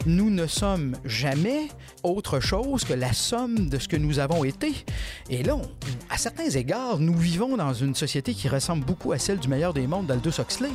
Nous ne sommes jamais autre chose que la somme de ce que nous avons été. Et là, à certains égards, nous vivons dans une société qui ressemble beaucoup à celle du meilleur des mondes d'Aldous Huxley.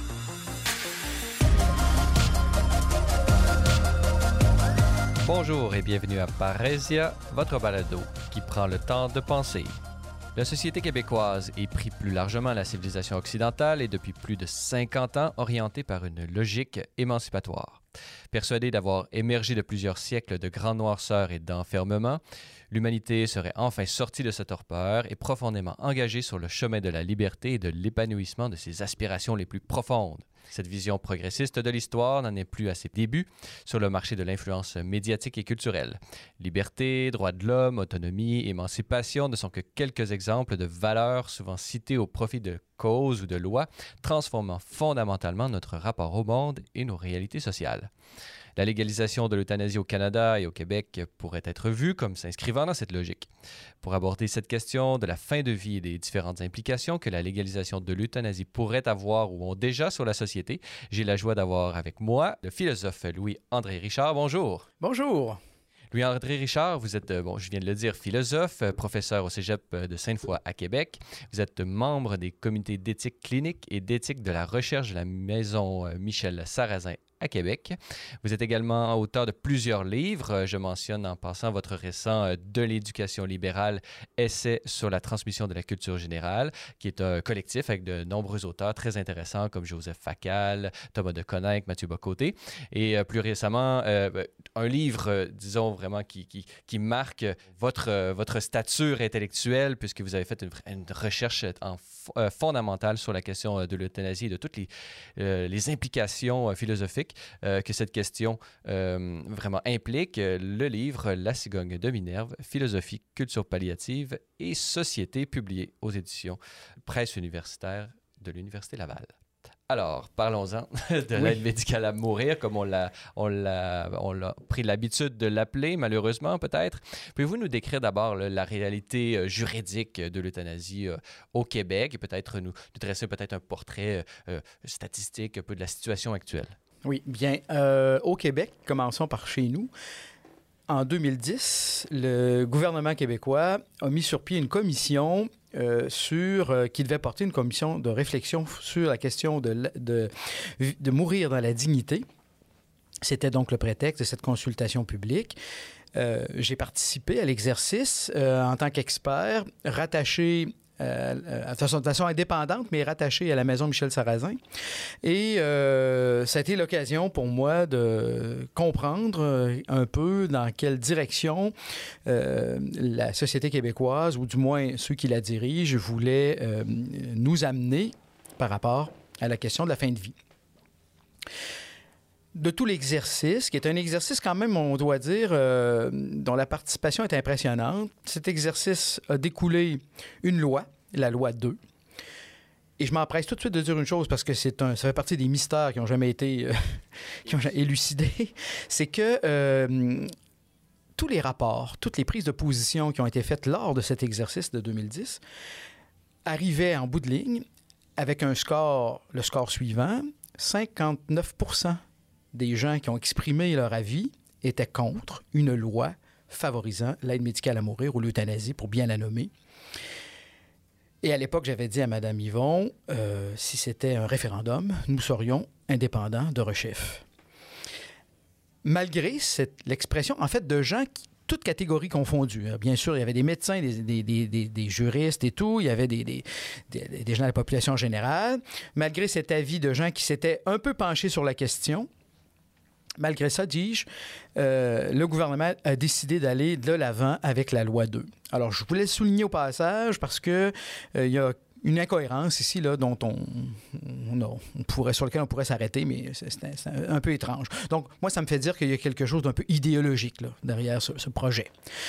Bonjour et bienvenue à Parésia, votre balado qui prend le temps de penser. La société québécoise et pris plus largement la civilisation occidentale est depuis plus de 50 ans orientée par une logique émancipatoire. Persuadée d'avoir émergé de plusieurs siècles de grande noirceur et d'enfermement, l'humanité serait enfin sortie de sa torpeur et profondément engagée sur le chemin de la liberté et de l'épanouissement de ses aspirations les plus profondes. Cette vision progressiste de l'histoire n'en est plus à ses débuts sur le marché de l'influence médiatique et culturelle. Liberté, droits de l'homme, autonomie, émancipation ne sont que quelques exemples de valeurs souvent citées au profit de causes ou de lois, transformant fondamentalement notre rapport au monde et nos réalités sociales. La légalisation de l'euthanasie au Canada et au Québec pourrait être vue comme s'inscrivant dans cette logique. Pour aborder cette question de la fin de vie et des différentes implications que la légalisation de l'euthanasie pourrait avoir ou ont déjà sur la société, j'ai la joie d'avoir avec moi le philosophe Louis-André Richard. Bonjour. Bonjour. Louis-André Richard, vous êtes, je viens de le dire, philosophe, professeur au Cégep de Sainte-Foy à Québec. Vous êtes membre des comités d'éthique clinique et d'éthique de la recherche de la Maison Michel Sarrazin à Québec. Vous êtes également auteur de plusieurs livres. Je mentionne en passant votre récent De l'éducation libérale, essai sur la transmission de la culture générale, qui est un collectif avec de nombreux auteurs très intéressants comme Joseph Facal, Thomas de Coninck, Mathieu Bocoté. Et plus récemment, un livre, disons vraiment, qui marque votre stature intellectuelle, puisque vous avez fait une recherche fondamentale sur la question de l'euthanasie et de toutes les implications philosophiques que cette question vraiment implique. Le livre La cigogne de Minerve, philosophie, culture palliative et société, publié aux éditions Presse universitaire de l'Université Laval. Alors, parlons-en de l'aide médicale à mourir, comme on l'a pris l'habitude de l'appeler, malheureusement peut-être. Pouvez-vous nous décrire d'abord la réalité juridique de l'euthanasie au Québec et peut-être nous dresser peut-être un portrait statistique un peu de la situation actuelle? Oui, bien, au Québec, commençons par chez nous. En 2010, le gouvernement québécois a mis sur pied une commission qui devait porter une commission de réflexion sur la question de mourir dans la dignité. C'était donc le prétexte de cette consultation publique. J'ai participé à l'exercice en tant qu'expert, rattaché de façon indépendante, mais rattachée à la Maison Michel Sarrazin. Et ça a été l'occasion pour moi de comprendre un peu dans quelle direction la société québécoise, ou du moins ceux qui la dirigent, voulaient nous amener par rapport à la question de la fin de vie. De tout l'exercice, qui est un exercice quand même, on doit dire, dont la participation est impressionnante. Cet exercice a découlé une loi, la loi 2. Et je m'empresse tout de suite de dire une chose, parce que ça fait partie des mystères qui n'ont jamais été élucidés. C'est que tous les rapports, toutes les prises de position qui ont été faites lors de cet exercice de 2010 arrivaient en bout de ligne avec le score suivant, 59% des gens qui ont exprimé leur avis étaient contre une loi favorisant l'aide médicale à mourir ou l'euthanasie, pour bien la nommer. Et à l'époque, j'avais dit à Mme Yvon, si c'était un référendum, nous serions indépendants de rechef. Malgré l'expression, en fait, de gens toutes catégories confondues. Bien sûr, il y avait des médecins, des juristes et tout. Il y avait des gens de la population générale. Malgré cet avis de gens qui s'étaient un peu penchés sur la question, malgré ça, dis-je, le gouvernement a décidé d'aller de l'avant avec la loi 2. Alors, je voulais le souligner au passage parce que il y a une incohérence ici là, sur lequel on pourrait s'arrêter, mais c'est un peu étrange. Donc, moi, ça me fait dire qu'il y a quelque chose d'un peu idéologique là, derrière ce projet.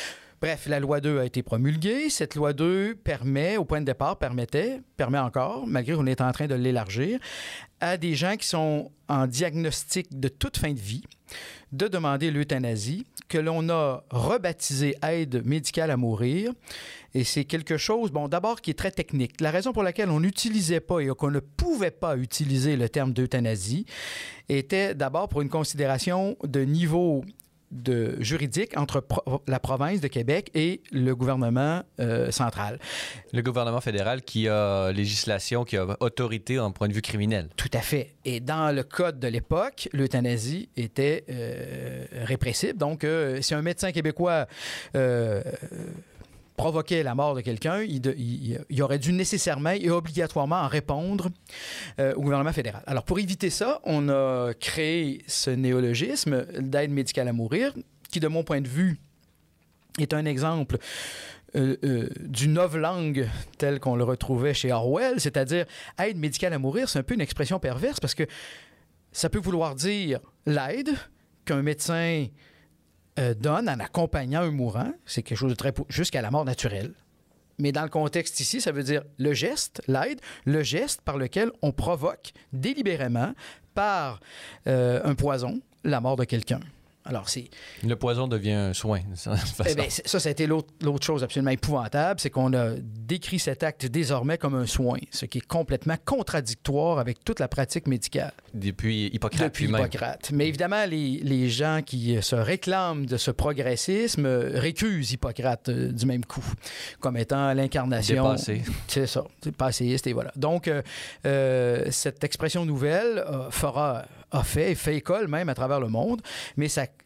Bref, la loi 2 a été promulguée. Cette loi 2 permet encore, malgré qu'on est en train de l'élargir, à des gens qui sont en diagnostic de toute fin de vie, de demander l'euthanasie, que l'on a rebaptisé aide médicale à mourir. Et c'est quelque chose, d'abord, qui est très technique. La raison pour laquelle on n'utilisait pas et qu'on ne pouvait pas utiliser le terme d'euthanasie était d'abord pour une considération de niveau juridique entre la province de Québec et le gouvernement central. Le gouvernement fédéral qui a législation, qui a autorité en point de vue criminel. Tout à fait. Et dans le code de l'époque, l'euthanasie était répressible. Donc, si un médecin québécois provoquait la mort de quelqu'un, il aurait dû nécessairement et obligatoirement en répondre au gouvernement fédéral. Alors, pour éviter ça, on a créé ce néologisme d'aide médicale à mourir, qui, de mon point de vue, est un exemple du novlangue tel qu'on le retrouvait chez Orwell, c'est-à-dire aide médicale à mourir, c'est un peu une expression perverse parce que ça peut vouloir dire l'aide qu'un médecin donne en accompagnant un mourant, c'est quelque chose de très... jusqu'à la mort naturelle. Mais dans le contexte ici, ça veut dire le geste, l'aide, le geste par lequel on provoque délibérément par un poison la mort de quelqu'un. Alors, c'est... Le poison devient un soin. Ça a été l'autre chose absolument épouvantable, c'est qu'on a décrit cet acte désormais comme un soin, ce qui est complètement contradictoire avec toute la pratique médicale. Depuis Hippocrate. Mais évidemment, les gens qui se réclament de ce progressisme récusent Hippocrate du même coup, comme étant l'incarnation... Dépassé. C'est ça, c'est passéiste, et voilà. Donc, cette expression nouvelle a fait école même à travers le monde, mais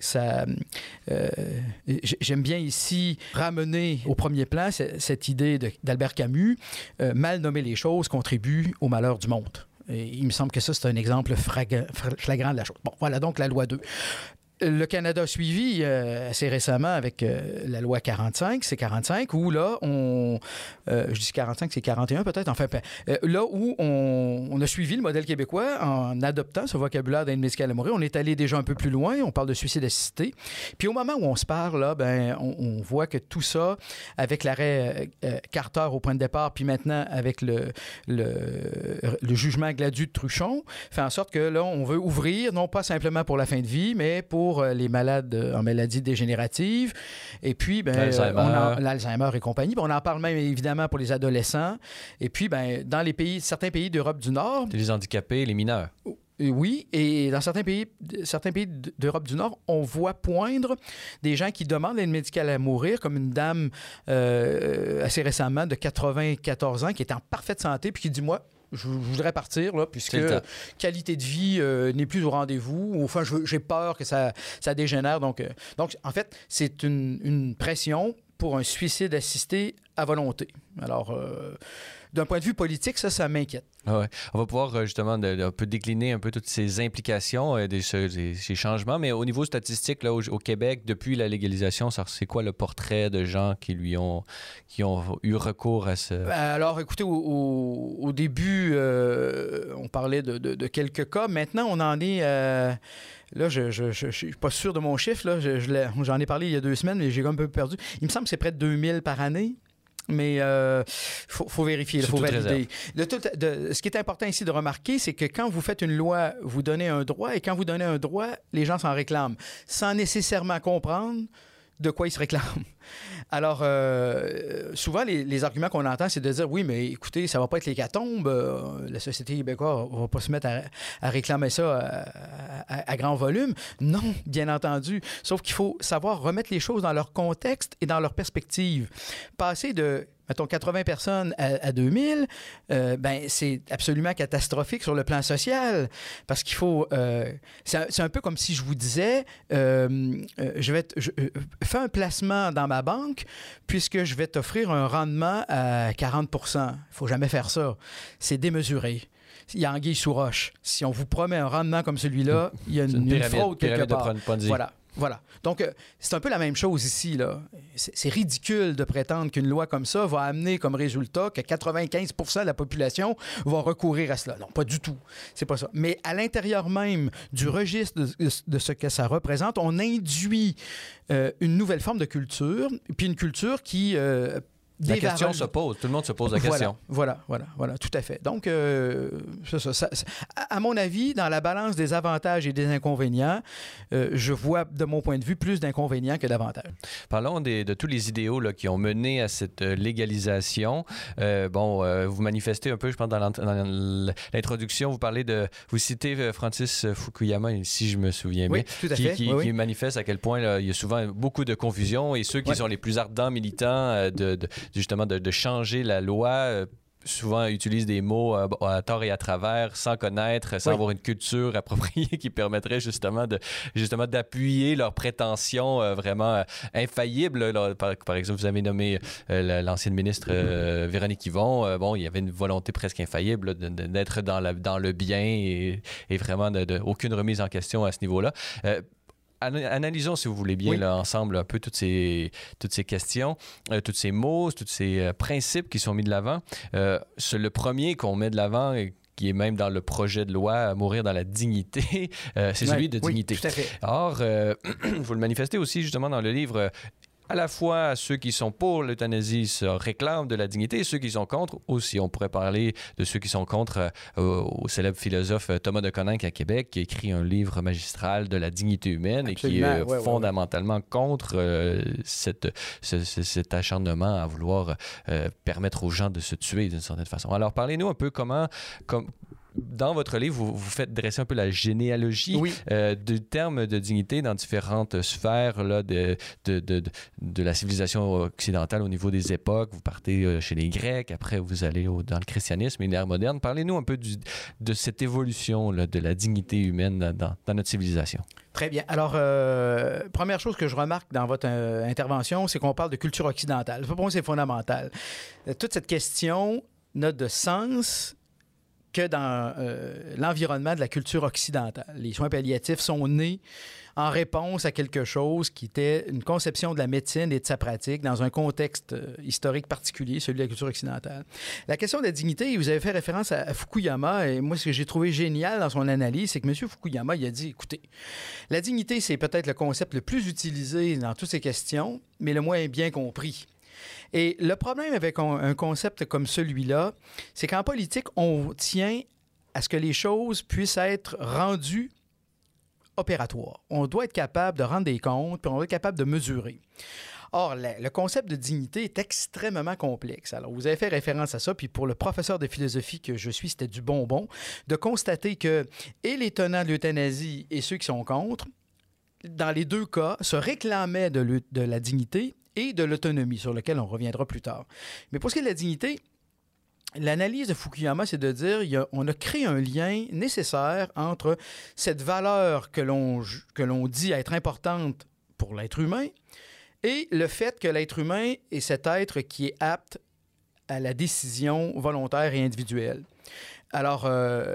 j'aime bien ici ramener au premier plan cette idée d'Albert Camus, mal nommer les choses contribue au malheur du monde. Et il me semble que ça, c'est un exemple flagrant de la chose. Bon, voilà donc la loi 2. Le Canada a suivi assez récemment avec la loi 45, c'est 45, où là, je dis 45, c'est 41 peut-être, enfin, là où on a suivi le modèle québécois en adoptant ce vocabulaire d'aide médicale à mourir. On est allé déjà un peu plus loin, on parle de suicide assisté. Puis au moment où on se parle, là, on voit que tout ça, avec l'arrêt Carter au point de départ, puis maintenant avec le jugement Gladu de Truchon, fait en sorte que là, on veut ouvrir, non pas simplement pour la fin de vie, mais pour les malades en maladies dégénératives. Et puis, l'Alzheimer et compagnie. On en parle même évidemment pour les adolescents. Et puis, dans certains pays d'Europe du Nord... Les handicapés, les mineurs. Oui, et dans certains pays d'Europe du Nord, on voit poindre des gens qui demandent l'aide médicale à mourir, comme une dame assez récemment de 94 ans qui est en parfaite santé puis qui dit, moi, je voudrais partir, là, puisque qualité de vie n'est plus au rendez-vous. Enfin, j'ai peur que ça dégénère. Donc, en fait, c'est une pression pour un suicide assisté à volonté. Alors, d'un point de vue politique, ça m'inquiète. Ouais. On va pouvoir justement un peu décliner un peu toutes ces implications ces changements, mais au niveau statistique, là, au Québec, depuis la légalisation, c'est quoi le portrait de gens qui ont eu recours à ce... Alors, écoutez, au début, on parlait de quelques cas. Maintenant, on en est... Là, je ne suis pas sûr de mon chiffre. Là. J'en ai parlé il y a 2 semaines, mais j'ai un peu perdu. Il me semble que c'est près de 2000 par année. Mais faut vérifier, il faut valider. Ce qui est important ici de remarquer, c'est que quand vous faites une loi, vous donnez un droit, et quand vous donnez un droit, les gens s'en réclament, sans nécessairement comprendre de quoi ils se réclament. Alors, souvent, les arguments qu'on entend, c'est de dire, oui, mais écoutez, ça va pas être l'hécatombe, la société québécoise va pas se mettre à réclamer ça à grand volume. Non, bien entendu. Sauf qu'il faut savoir remettre les choses dans leur contexte et dans leur perspective. Passer de, mettons, 80 personnes à 2000, c'est absolument catastrophique sur le plan social, parce qu'il faut... c'est un peu comme si je vous disais, fais un placement dans ma banque, puisque je vais t'offrir un rendement à 40 %. Il ne faut jamais faire ça. C'est démesuré. Il y a anguille sous roche. Si on vous promet un rendement comme celui-là, il y a une fraude quelque part. Voilà. Voilà. Donc, c'est un peu la même chose ici, là. C'est ridicule de prétendre qu'une loi comme ça va amener comme résultat que 95 % de la population va recourir à cela. Non, pas du tout. C'est pas ça. Mais à l'intérieur même du registre de ce que ça représente, on induit une nouvelle forme de culture, puis une culture qui... la question se pose. Tout le monde se pose la question. Voilà, tout à fait. Donc, à mon avis, dans la balance des avantages et des inconvénients, je vois, de mon point de vue, plus d'inconvénients que d'avantages. Parlons de tous les idéaux là, qui ont mené à cette légalisation. Vous manifestez un peu, je pense, dans l'introduction, vous citez Francis Fukuyama, si je me souviens bien, tout à fait. Qui manifeste à quel point là, il y a souvent beaucoup de confusion et ceux qui sont les plus ardents militants justement de changer la loi, souvent utilisent des mots à tort et à travers, sans connaître, sans avoir une culture appropriée qui permettrait justement d'appuyer leurs prétentions vraiment infaillibles. Là, par exemple, vous avez nommé l'ancienne ministre Véronique Yvon. Il y avait une volonté presque infaillible là, d'être dans le bien et vraiment aucune remise en question à ce niveau-là. Analysons, si vous voulez bien, là, ensemble un peu toutes ces questions, tous ces mots, tous ces principes qui sont mis de l'avant. Le premier qu'on met de l'avant et qui est même dans le projet de loi Mourir dans la dignité, c'est celui de dignité. Tout à fait. Or, vous le manifestez aussi justement dans le livre. À la fois, ceux qui sont pour l'euthanasie se réclament de la dignité et ceux qui sont contre aussi. On pourrait parler de ceux qui sont contre au célèbre philosophe Thomas de Coninck à Québec qui a écrit un livre magistral de la dignité humaine. Absolument, et qui est fondamentalement contre cet acharnement à vouloir permettre aux gens de se tuer d'une certaine façon. Alors, parlez-nous un peu dans votre livre, vous faites dresser un peu la généalogie du terme de dignité dans différentes sphères là, de la civilisation occidentale au niveau des époques. Vous partez chez les Grecs, après vous allez dans le christianisme et l'ère moderne. Parlez-nous un peu de cette évolution là, de la dignité humaine dans notre civilisation. Très bien. Alors, première chose que je remarque dans votre intervention, c'est qu'on parle de culture occidentale. Pour moi, c'est fondamental. Toute cette question n'a de sens que dans l'environnement de la culture occidentale. Les soins palliatifs sont nés en réponse à quelque chose qui était une conception de la médecine et de sa pratique dans un contexte historique particulier, celui de la culture occidentale. La question de la dignité, vous avez fait référence à Fukuyama, et moi, ce que j'ai trouvé génial dans son analyse, c'est que M. Fukuyama, il a dit, écoutez, la dignité, c'est peut-être le concept le plus utilisé dans toutes ces questions, mais le moins bien compris. Et le problème avec un concept comme celui-là, c'est qu'en politique, on tient à ce que les choses puissent être rendues opératoires. On doit être capable de rendre des comptes, puis on doit être capable de mesurer. Or, le concept de dignité est extrêmement complexe. Alors, vous avez fait référence à ça, puis pour le professeur de philosophie que je suis, c'était du bonbon, de constater que et les tenants de l'euthanasie et ceux qui sont contre, dans les deux cas, se réclamaient de la dignité et de l'autonomie, sur lequel on reviendra plus tard. Mais pour ce qui est de la dignité, l'analyse de Fukuyama, c'est de dire on a créé un lien nécessaire entre cette valeur que l'on dit être importante pour l'être humain et le fait que l'être humain est cet être qui est apte à la décision volontaire et individuelle. Alors,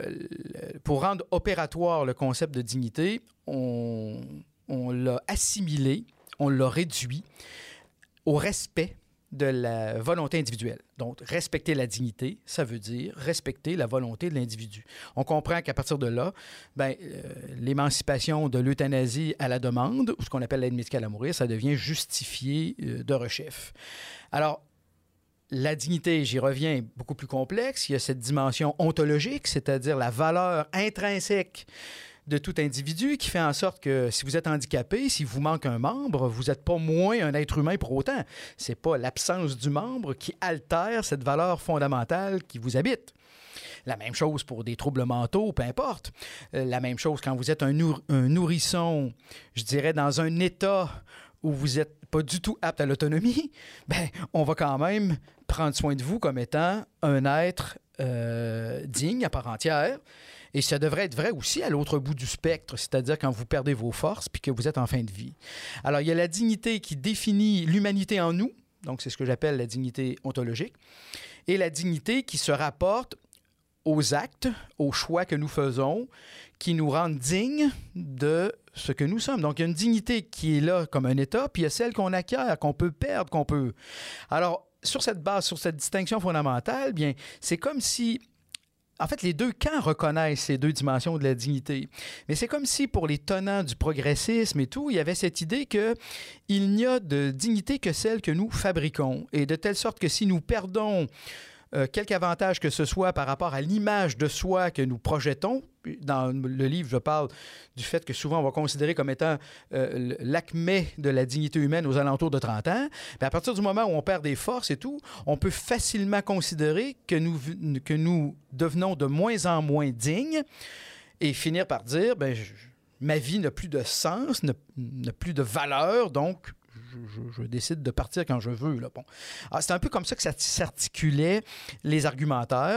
pour rendre opératoire le concept de dignité, on l'a assimilé, on l'a réduit au respect de la volonté individuelle. Donc, respecter la dignité, ça veut dire respecter la volonté de l'individu. On comprend qu'à partir de là, l'émancipation de l'euthanasie à la demande, ou ce qu'on appelle l'aide médicale à mourir, ça devient justifié de rechef. Alors, la dignité, j'y reviens, est beaucoup plus complexe. Il y a cette dimension ontologique, c'est-à-dire la valeur intrinsèque de tout individu qui fait en sorte que si vous êtes handicapé, si vous manque un membre, vous n'êtes pas moins un être humain pour autant. Ce n'est pas l'absence du membre qui altère cette valeur fondamentale qui vous habite. La même chose pour des troubles mentaux, peu importe. La même chose quand vous êtes un nourrisson, je dirais, dans un état où vous n'êtes pas du tout apte à l'autonomie, on va quand même prendre soin de vous comme étant un être digne à part entière. Et ça devrait être vrai aussi à l'autre bout du spectre, c'est-à-dire quand vous perdez vos forces puis que vous êtes en fin de vie. Alors, il y a la dignité qui définit l'humanité en nous, donc c'est ce que j'appelle la dignité ontologique, et la dignité qui se rapporte aux actes, aux choix que nous faisons, qui nous rendent dignes de ce que nous sommes. Donc, il y a une dignité qui est là comme un état, puis il y a celle qu'on acquiert, qu'on peut perdre, qu'on peut... Alors, sur cette base, sur cette distinction fondamentale, bien, c'est comme si... En fait, les deux camps reconnaissent ces deux dimensions de la dignité. Mais c'est comme si, pour les tenants du progressisme et tout, il y avait cette idée qu'il n'y a de dignité que celle que nous fabriquons. Et de telle sorte que si nous perdons quelque avantage que ce soit par rapport à l'image de soi que nous projetons, dans le livre, je parle du fait que souvent on va considérer comme étant l'acmé de la dignité humaine aux alentours de 30 ans. Bien, à partir du moment où on perd des forces et tout, on peut facilement considérer que nous devenons de moins en moins dignes et finir par dire, bien, ma vie n'a plus de sens, n'a plus de valeur, donc je décide de partir quand je veux. Là. Bon. Alors, c'est un peu comme ça que ça s'articulait les argumentaires.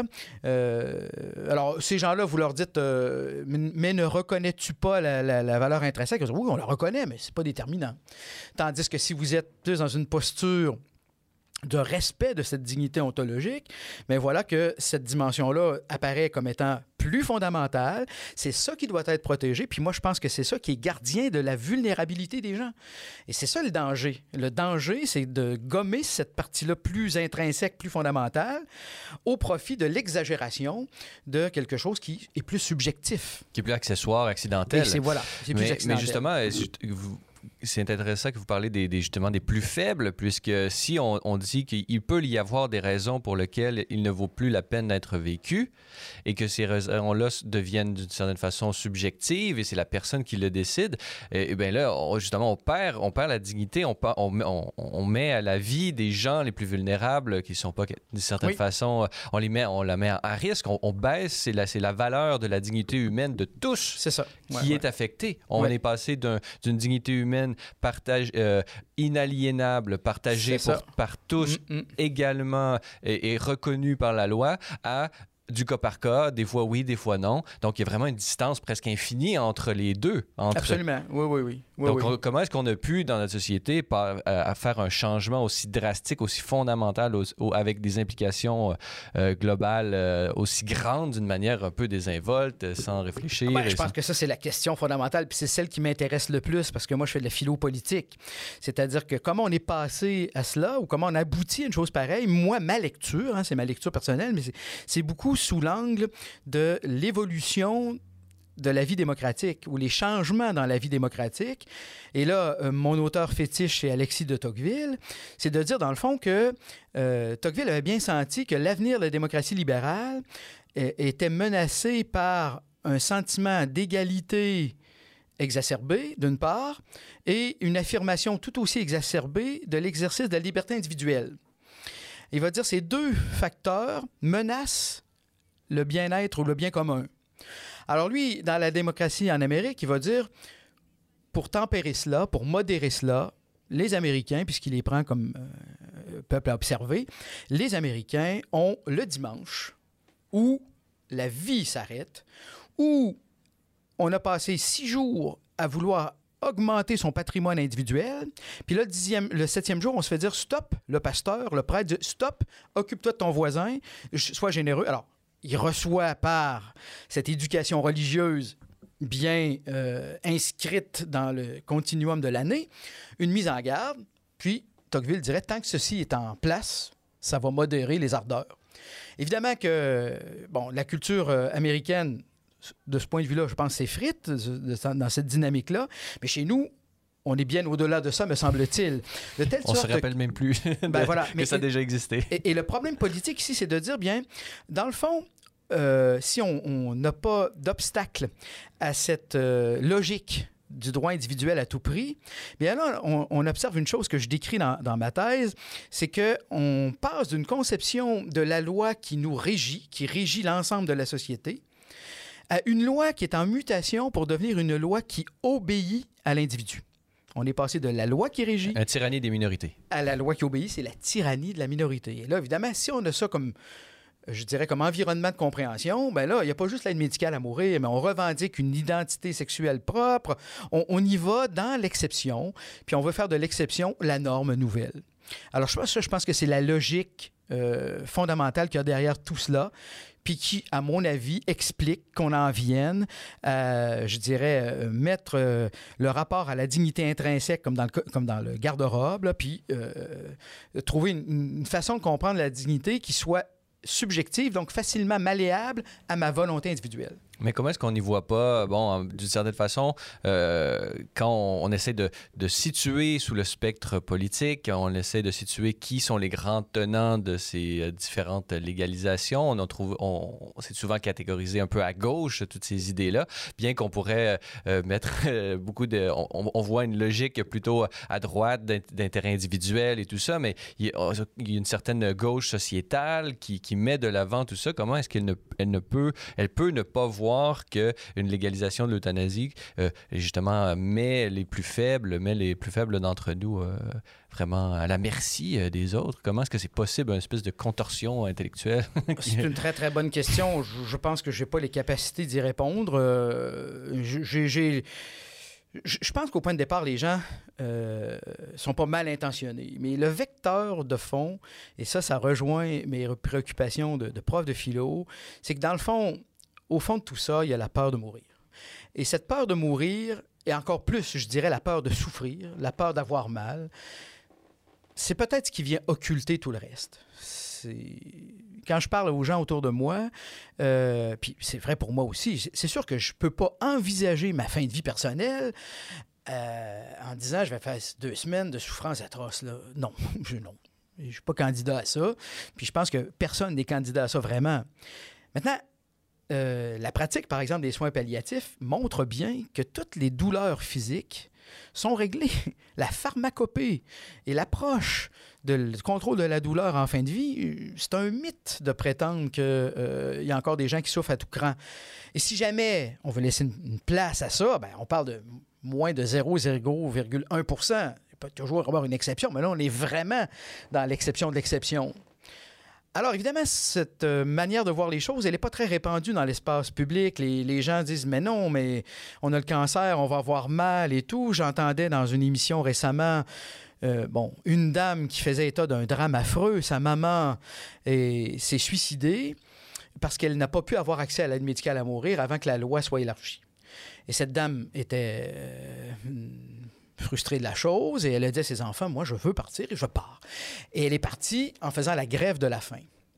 Alors, ces gens-là, vous leur dites, mais ne reconnais-tu pas la valeur intrinsèque? Ils disent, oui, on la reconnaît, mais c'est pas déterminant. Tandis que si vous êtes plus dans une posture de respect de cette dignité ontologique, bien voilà que cette dimension-là apparaît comme étant plus fondamentale. C'est ça qui doit être protégé. Puis moi, je pense que c'est ça qui est gardien de la vulnérabilité des gens. Et c'est ça le danger. Le danger, c'est de gommer cette partie-là plus intrinsèque, plus fondamentale, au profit de l'exagération de quelque chose qui est plus subjectif. Qui est plus accessoire, accidentel. Et c'est plus accidentel. Mais justement, c'est intéressant que vous parlez justement des plus faibles, puisque si on dit qu'il peut y avoir des raisons pour lesquelles il ne vaut plus la peine d'être vécu et que ces raisons-là deviennent d'une certaine façon subjectives et c'est la personne qui le décide, et bien là, justement, on perd la dignité, on met à la vie des gens les plus vulnérables qui ne sont pas, d'une certaine façon, on la met à risque, on baisse, c'est la valeur de la dignité humaine de tous qui est affectée. On est passé d'une dignité humaine inaliénable, partagée par tous, également et reconnue par la loi, à du cas par cas, des fois oui, des fois non. Donc, il y a vraiment une distance presque infinie entre les deux. Absolument, oui. Donc, comment est-ce qu'on a pu, dans notre société, à faire un changement aussi drastique, aussi fondamental, avec des implications globales aussi grandes, d'une manière un peu désinvolte, sans réfléchir? Je pense que ça, c'est la question fondamentale, puis c'est celle qui m'intéresse le plus, parce que moi, je fais de la philo-politique. C'est-à-dire que comment on est passé à cela, ou comment on aboutit à une chose pareille, moi, ma lecture, c'est ma lecture personnelle, mais c'est beaucoup sous l'angle de l'évolution de la vie démocratique ou les changements dans la vie démocratique. Et là, mon auteur fétiche, c'est Alexis de Tocqueville, c'est de dire, dans le fond, que Tocqueville avait bien senti que l'avenir de la démocratie libérale était menacé par un sentiment d'égalité exacerbé, d'une part, et une affirmation tout aussi exacerbée de l'exercice de la liberté individuelle. Il va dire ces deux facteurs menacent le bien-être ou le bien commun. Alors lui, dans la démocratie en Amérique, il va dire, pour tempérer cela, pour modérer cela, les Américains, puisqu'il les prend comme peuple à observer, les Américains ont le dimanche où la vie s'arrête, où on a passé 6 jours à vouloir augmenter son patrimoine individuel. Puis là, le 7e jour, on se fait dire, stop, le pasteur, le prêtre dit, stop, occupe-toi de ton voisin, sois généreux. Alors, il reçoit par cette éducation religieuse bien inscrite dans le continuum de l'année une mise en garde. Puis, Tocqueville dirait, tant que ceci est en place, ça va modérer les ardeurs. Évidemment que, la culture américaine, de ce point de vue-là, je pense, s'effrite dans cette dynamique-là. Mais chez nous, on est bien au-delà de ça, me semble-t-il. On ne se rappelle même plus que ça a déjà existé. Et le problème politique ici, c'est de dire, bien, dans le fond, si on n'a pas d'obstacle à cette logique du droit individuel à tout prix, bien là, on observe une chose que je décris dans ma thèse, c'est qu'on passe d'une conception de la loi qui nous régit, qui régit l'ensemble de la société, à une loi qui est en mutation pour devenir une loi qui obéit à l'individu. On est passé de la loi qui régit... La tyrannie des minorités. ...à la loi qui obéit, c'est la tyrannie de la minorité. Et là, évidemment, si on a ça comme, je dirais, comme environnement de compréhension, bien là, il n'y a pas juste l'aide médicale à mourir, mais on revendique une identité sexuelle propre. On y va dans l'exception, puis on veut faire de l'exception la norme nouvelle. Alors, je pense que c'est la logique fondamentale qu'il y a derrière tout cela, puis qui, à mon avis, explique qu'on en vienne, je dirais, mettre le rapport à la dignité intrinsèque comme dans le garde-robe, là, puis trouver une façon de comprendre la dignité qui soit subjective, donc facilement malléable à ma volonté individuelle. Mais comment est-ce qu'on n'y voit pas, bon, d'une certaine façon, quand on essaie de situer sous le spectre politique, on essaie de situer qui sont les grands tenants de ces différentes légalisations, c'est souvent catégorisé un peu à gauche, toutes ces idées-là, bien qu'on pourrait mettre beaucoup de... On voit une logique plutôt à droite d'intérêt individuel et tout ça, mais il y a une certaine gauche sociétale qui met de l'avant tout ça. Comment est-ce qu'elle peut ne pas voir qu'une légalisation de l'euthanasie, justement, met les plus faibles d'entre nous vraiment à la merci des autres? Comment est-ce que c'est possible, une espèce de contorsion intellectuelle? C'est une très, très bonne question. Je pense que je n'ai pas les capacités d'y répondre. Je pense qu'au point de départ, les gens sont pas mal intentionnés. Mais le vecteur de fond, et ça rejoint mes préoccupations de prof de philo, c'est que dans le fond, au fond de tout ça, il y a la peur de mourir. Et cette peur de mourir, et encore plus, je dirais, la peur de souffrir, la peur d'avoir mal, c'est peut-être ce qui vient occulter tout le reste. Quand je parle aux gens autour de moi, puis c'est vrai pour moi aussi, c'est sûr que je ne peux pas envisager ma fin de vie personnelle en disant « je vais faire 2 semaines de souffrance atroce ». Là. Non, non. Je ne suis pas candidat à ça. Puis je pense que personne n'est candidat à ça vraiment. Maintenant, la pratique, par exemple, des soins palliatifs montre bien que toutes les douleurs physiques sont réglées. La pharmacopée et l'approche du contrôle de la douleur en fin de vie, c'est un mythe de prétendre qu'il y a encore des gens qui souffrent à tout cran. Et si jamais on veut laisser une place à ça, bien, on parle de moins de 0,1%. Il peut toujours y avoir une exception, mais là, on est vraiment dans l'exception de l'exception. Alors, évidemment, cette manière de voir les choses, elle n'est pas très répandue dans l'espace public. Les gens disent « mais non, mais on a le cancer, on va avoir mal et tout ». J'entendais dans une émission récemment, une dame qui faisait état d'un drame affreux. Sa maman s'est suicidée parce qu'elle n'a pas pu avoir accès à l'aide médicale à mourir avant que la loi soit élargie. Et cette dame était... frustrée de la chose, et elle a dit à ses enfants, moi, je veux partir et je pars. Et elle est partie en faisant la grève de la faim.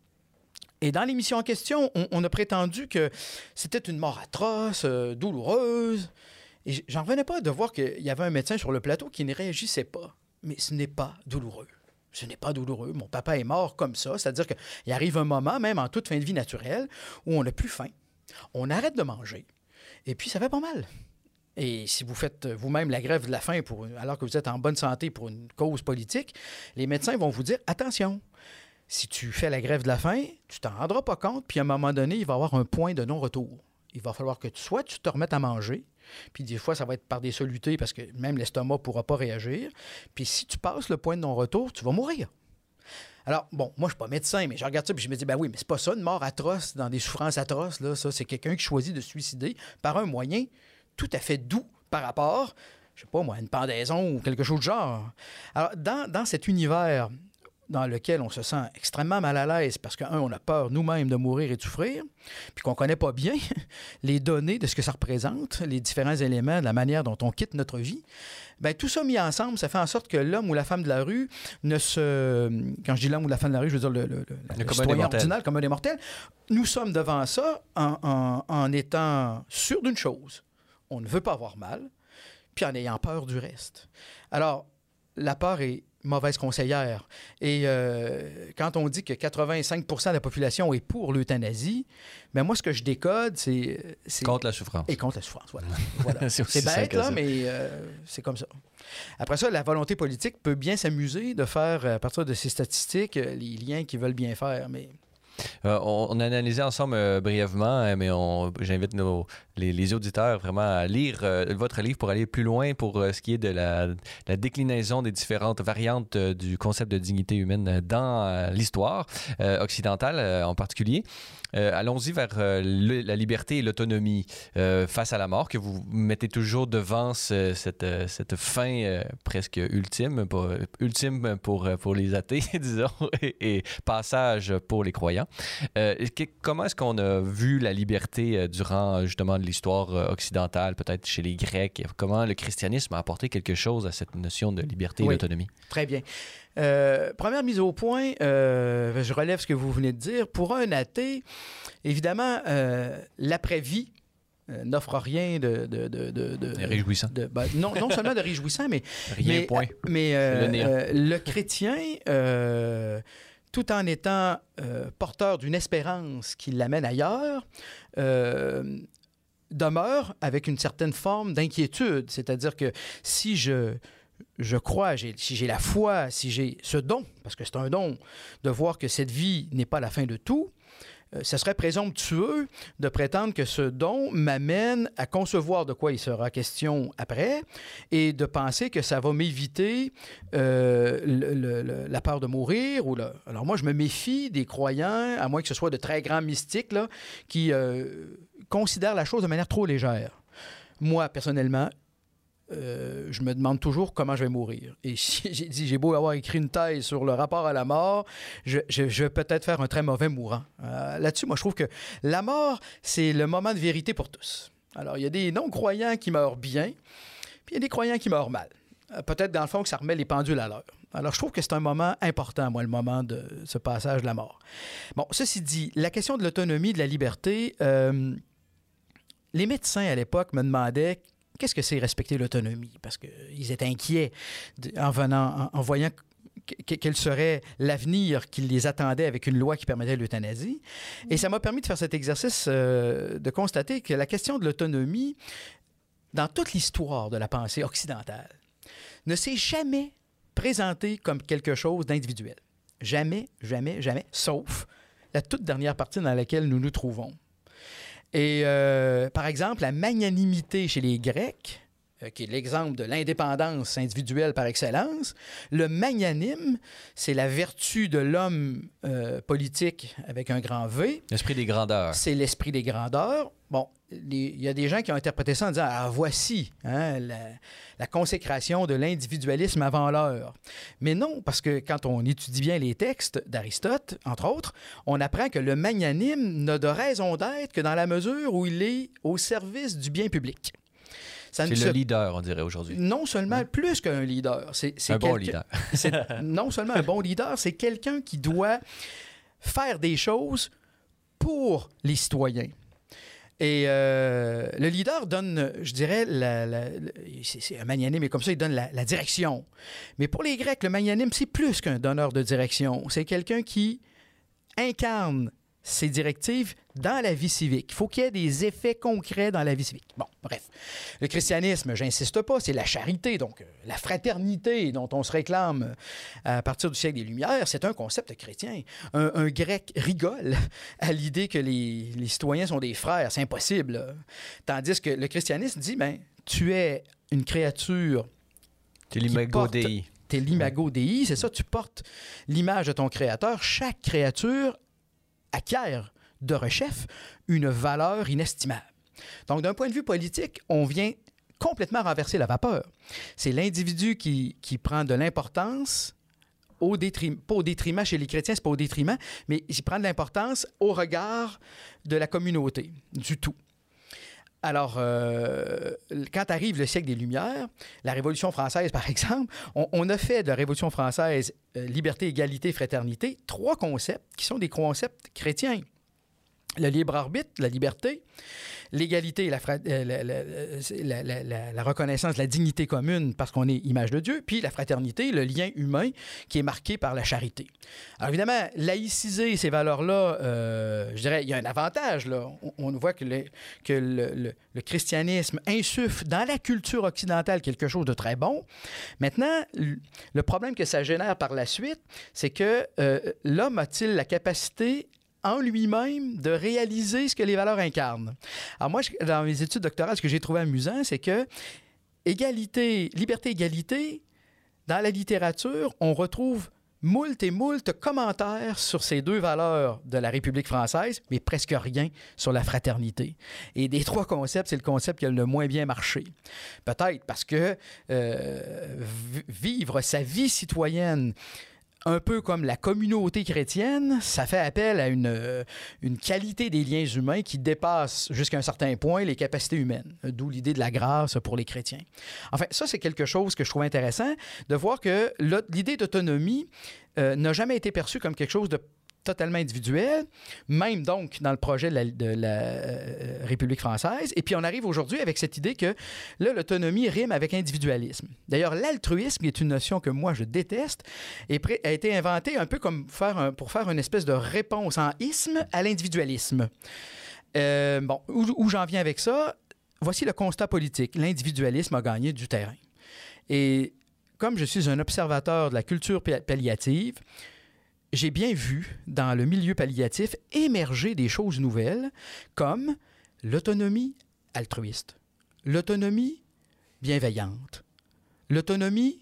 Et dans l'émission en question, on a prétendu que c'était une mort atroce, douloureuse. Et j'en revenais pas de voir qu'il y avait un médecin sur le plateau qui ne réagissait pas. Mais ce n'est pas douloureux. Ce n'est pas douloureux. Mon papa est mort comme ça. C'est-à-dire qu'il arrive un moment, même en toute fin de vie naturelle, où on n'a plus faim. On arrête de manger. Et puis, ça fait pas mal. Et si vous faites vous-même la grève de la faim alors que vous êtes en bonne santé pour une cause politique, les médecins vont vous dire « Attention, si tu fais la grève de la faim, tu t'en rendras pas compte, puis à un moment donné, il va y avoir un point de non-retour. Il va falloir que tu te remettes à manger, puis des fois, ça va être par des solutés parce que même l'estomac ne pourra pas réagir. Puis si tu passes le point de non-retour, tu vas mourir. » Alors, bon, moi, je ne suis pas médecin, mais je regarde ça et je me dis, ben oui, mais c'est pas ça, une mort atroce dans des souffrances atroces, là. Ça, c'est quelqu'un qui choisit de se suicider par un moyen tout à fait doux par rapport, je sais pas moi, une pendaison ou quelque chose de genre. Alors, dans cet univers dans lequel on se sent extrêmement mal à l'aise parce on a peur nous-mêmes de mourir et de souffrir, puis qu'on ne connaît pas bien les données de ce que ça représente, les différents éléments de la manière dont on quitte notre vie, bien, tout ça mis ensemble, ça fait en sorte que l'homme ou la femme de la rue ne se... Quand je dis l'homme ou la femme de la rue, je veux dire le citoyen ordinaire, comme un des mortels. Nous sommes devant ça en étant sûrs d'une chose. On ne veut pas avoir mal, puis en ayant peur du reste. Alors, la peur est mauvaise conseillère. Et quand on dit que 85% de la population est pour l'euthanasie, bien moi, ce que je décode, c'est... Contre la souffrance. Et contre la souffrance, voilà. C'est bête, là, mais c'est comme ça. Après ça, la volonté politique peut bien s'amuser de faire, à partir de ces statistiques, les liens qu'ils veulent bien faire, mais... On a analysé ensemble brièvement, mais j'invite nos les auditeurs vraiment à lire votre livre pour aller plus loin pour ce qui est de la déclinaison des différentes variantes du concept de dignité humaine dans l'histoire occidentale en particulier. Allons-y vers la liberté et l'autonomie face à la mort, que vous mettez toujours devant cette fin presque ultime pour les athées, disons, et passage pour les croyants. Comment est-ce qu'on a vu la liberté durant justement l'histoire occidentale, peut-être chez les Grecs? Comment le christianisme a apporté quelque chose à cette notion de liberté et d'autonomie? Très bien. Première mise au point, je relève ce que vous venez de dire. Pour un athée, évidemment, l'après-vie n'offre rien de réjouissant. Non seulement de réjouissant, mais le chrétien, tout en étant porteur d'une espérance qui l'amène ailleurs, demeure avec une certaine forme d'inquiétude. C'est-à-dire que si je crois, si j'ai la foi, si j'ai ce don, parce que c'est un don, de voir que cette vie n'est pas la fin de tout, ce serait présomptueux de prétendre que ce don m'amène à concevoir de quoi il sera question après et de penser que ça va m'éviter la peur de mourir. Alors moi, je me méfie des croyants, à moins que ce soit de très grands mystiques là, qui considèrent la chose de manière trop légère. Moi, personnellement, je me demande toujours comment je vais mourir. Et j'ai beau avoir écrit une thèse sur le rapport à la mort, je vais peut-être faire un très mauvais mourant. Là-dessus, moi, je trouve que la mort, c'est le moment de vérité pour tous. Alors, il y a des non-croyants qui meurent bien, puis il y a des croyants qui meurent mal. Peut-être, dans le fond, que ça remet les pendules à l'heure. Alors, je trouve que c'est un moment important, moi, le moment de ce passage de la mort. Bon, ceci dit, la question de l'autonomie, de la liberté, les médecins, à l'époque, me demandaient qu'est-ce que c'est respecter l'autonomie? Parce qu'ils étaient inquiets en voyant quel serait l'avenir qui les attendait avec une loi qui permettait l'euthanasie. Et ça m'a permis de faire cet exercice, de constater que la question de l'autonomie, dans toute l'histoire de la pensée occidentale, ne s'est jamais présentée comme quelque chose d'individuel. Jamais, jamais, jamais, sauf la toute dernière partie dans laquelle nous nous trouvons. Et par exemple, la magnanimité chez les Grecs, qui est l'exemple de l'indépendance individuelle par excellence, le magnanime, c'est la vertu de l'homme politique avec un grand V. L'esprit des grandeurs. C'est l'esprit des grandeurs. Bon, il y a des gens qui ont interprété ça en disant « Ah, voici la consécration de l'individualisme avant l'heure ». Mais non, parce que quand on étudie bien les textes d'Aristote, entre autres, on apprend que le magnanime n'a de raison d'être que dans la mesure où il est au service du bien public. C'est le leader, on dirait aujourd'hui. Non seulement plus qu'un leader. C'est un bon leader. Non seulement un bon leader, c'est quelqu'un qui doit faire des choses pour les citoyens. Et le leader donne, je dirais, c'est un magnanime, mais comme ça, il donne la direction. Mais pour les Grecs, le magnanime, c'est plus qu'un donneur de direction. C'est quelqu'un qui incarne ces directives dans la vie civique. Il faut qu'il y ait des effets concrets dans la vie civique. Bon, bref. Le christianisme, j'insiste pas, c'est la charité, donc la fraternité dont on se réclame à partir du siècle des Lumières, c'est un concept chrétien. Un Grec rigole à l'idée que les citoyens sont des frères, c'est impossible. Là. Tandis que le christianisme dit, ben, tu es une créature... Tu es l'imago Dei. Tu es l'imago Dei, c'est ça, tu portes l'image de ton créateur. Chaque créature acquiert de rechef une valeur inestimable. Donc, d'un point de vue politique, on vient complètement renverser la vapeur. C'est l'individu qui prend de l'importance, pas au détriment chez les chrétiens, c'est pas au détriment, mais il prend de l'importance au regard de la communauté, du tout. Alors, quand arrive le siècle des Lumières, la Révolution française, par exemple, on a fait de la Révolution française liberté, égalité, fraternité, 3 concepts qui sont des concepts chrétiens. Le libre arbitre, la liberté, l'égalité, la reconnaissance de la dignité commune parce qu'on est image de Dieu, puis la fraternité, le lien humain qui est marqué par la charité. Alors évidemment, laïciser ces valeurs-là, je dirais, il y a un avantage. Là. On voit que le christianisme insuffle dans la culture occidentale quelque chose de très bon. Maintenant, le problème que ça génère par la suite, c'est que l'homme a-t-il la capacité en lui-même de réaliser ce que les valeurs incarnent. Alors moi, dans mes études doctorales, ce que j'ai trouvé amusant, c'est que égalité, liberté, égalité, dans la littérature, on retrouve moult et moult commentaires sur ces deux valeurs de la République française, mais presque rien sur la fraternité. Et des trois concepts, c'est le concept qui a le moins bien marché. Peut-être parce que vivre sa vie citoyenne un peu comme la communauté chrétienne, ça fait appel à une qualité des liens humains qui dépasse jusqu'à un certain point les capacités humaines, d'où l'idée de la grâce pour les chrétiens. Enfin, ça, c'est quelque chose que je trouve intéressant, de voir que l'idée d'autonomie n'a jamais été perçue comme quelque chose de totalement individuel, même donc dans le projet de la République française. Et puis on arrive aujourd'hui avec cette idée que là, l'autonomie rime avec individualisme. D'ailleurs, l'altruisme, qui est une notion que moi je déteste, a été inventé un peu comme pour faire une espèce de réponse en isme à l'individualisme. Bon, où j'en viens avec ça? Voici le constat politique. L'individualisme a gagné du terrain. Et comme je suis un observateur de la culture palliative, j'ai bien vu dans le milieu palliatif émerger des choses nouvelles comme l'autonomie altruiste, l'autonomie bienveillante, l'autonomie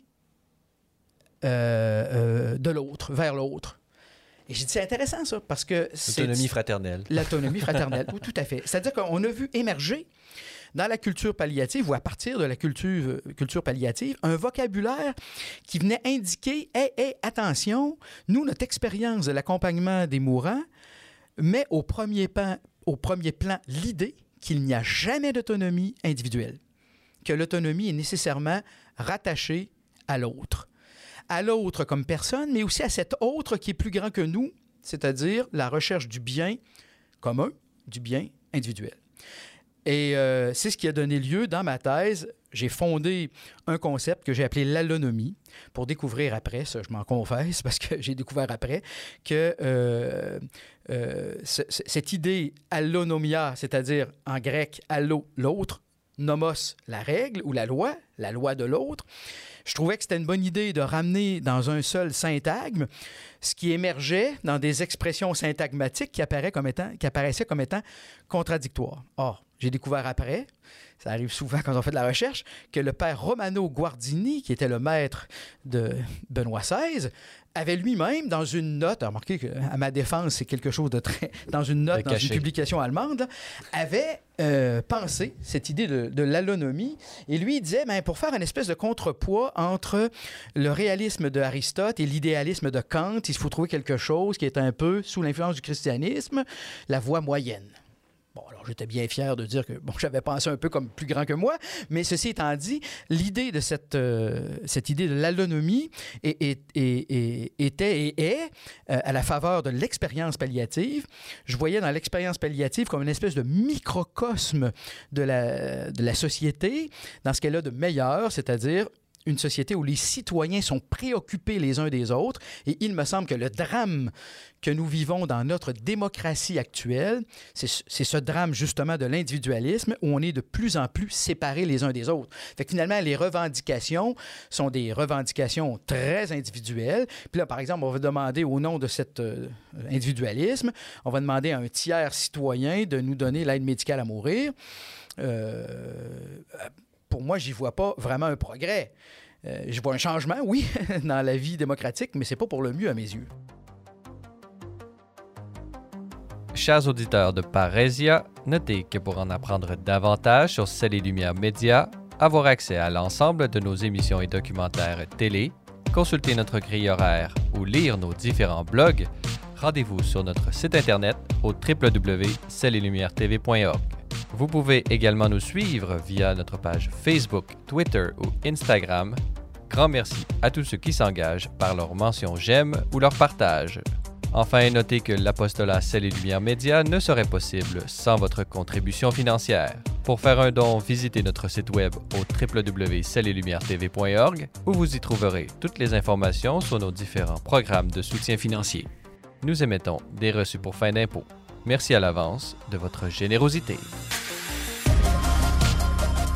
de l'autre, vers l'autre. Et j'ai dit, c'est intéressant ça, parce que c'est... L'autonomie fraternelle. L'autonomie fraternelle, oui, tout à fait. C'est-à-dire qu'on a vu émerger dans la culture palliative ou à partir de la culture palliative, un vocabulaire qui venait indiquer « Hey, attention, nous, notre expérience de l'accompagnement des mourants met au premier plan l'idée qu'il n'y a jamais d'autonomie individuelle, que l'autonomie est nécessairement rattachée à l'autre. À l'autre comme personne, mais aussi à cet autre qui est plus grand que nous, c'est-à-dire la recherche du bien commun, du bien individuel. Et c'est ce qui a donné lieu, dans ma thèse, j'ai fondé un concept que j'ai appelé l'allonomie, pour découvrir après, ça je m'en confesse, parce que j'ai découvert après, que cette idée allonomia, c'est-à-dire en grec allo, l'autre, nomos, la règle ou la loi de l'autre, je trouvais que c'était une bonne idée de ramener dans un seul syntagme ce qui émergeait dans des expressions syntagmatiques qui apparaissaient comme étant contradictoires. Or, j'ai découvert après, ça arrive souvent quand on fait de la recherche, que le père Romano Guardini, qui était le maître de Benoît XVI, avait lui-même, dans une note, remarquez qu'à ma défense, c'est quelque chose de très... Dans une note, dans une publication allemande, là, avait pensé cette idée de l'allonomie. Et lui, il disait, pour faire une espèce de contrepoids entre le réalisme de Aristote et l'idéalisme de Kant, il faut trouver quelque chose qui est un peu, sous l'influence du christianisme, la voie moyenne. Bon, alors j'étais bien fier de dire que j'avais pensé un peu comme plus grand que moi, mais ceci étant dit, l'idée de cette idée de l'allonomie était et est à la faveur de l'expérience palliative. Je voyais dans l'expérience palliative comme une espèce de microcosme de la société, dans ce qu'elle a de meilleur, c'est-à-dire une société où les citoyens sont préoccupés les uns des autres. Et il me semble que le drame que nous vivons dans notre démocratie actuelle, c'est ce drame justement de l'individualisme où on est de plus en plus séparés les uns des autres. Fait que finalement, les revendications sont des revendications très individuelles. Puis là, par exemple, on va demander au nom de cet individualisme, on va demander à un tiers citoyen de nous donner l'aide médicale à mourir. Pour moi, j'y vois pas vraiment un progrès. Je vois un changement, oui, dans la vie démocratique, mais c'est pas pour le mieux à mes yeux. Chers auditeurs de Parésia, notez que pour en apprendre davantage sur Ciel et Lumière Média, avoir accès à l'ensemble de nos émissions et documentaires télé, consulter notre grille horaire ou lire nos différents blogs, rendez-vous sur notre site internet au www.cieletlumière-tv.org. Vous pouvez également nous suivre via notre page Facebook, Twitter ou Instagram. Grand merci à tous ceux qui s'engagent par leur mention j'aime ou leur partage. Enfin, notez que l'apostolat Ciel et Lumière Média ne serait possible sans votre contribution financière. Pour faire un don, visitez notre site web au www.cieletlumière-tv.org où vous y trouverez toutes les informations sur nos différents programmes de soutien financier. Nous émettons des reçus pour fin d'impôt. Merci à l'avance de votre générosité.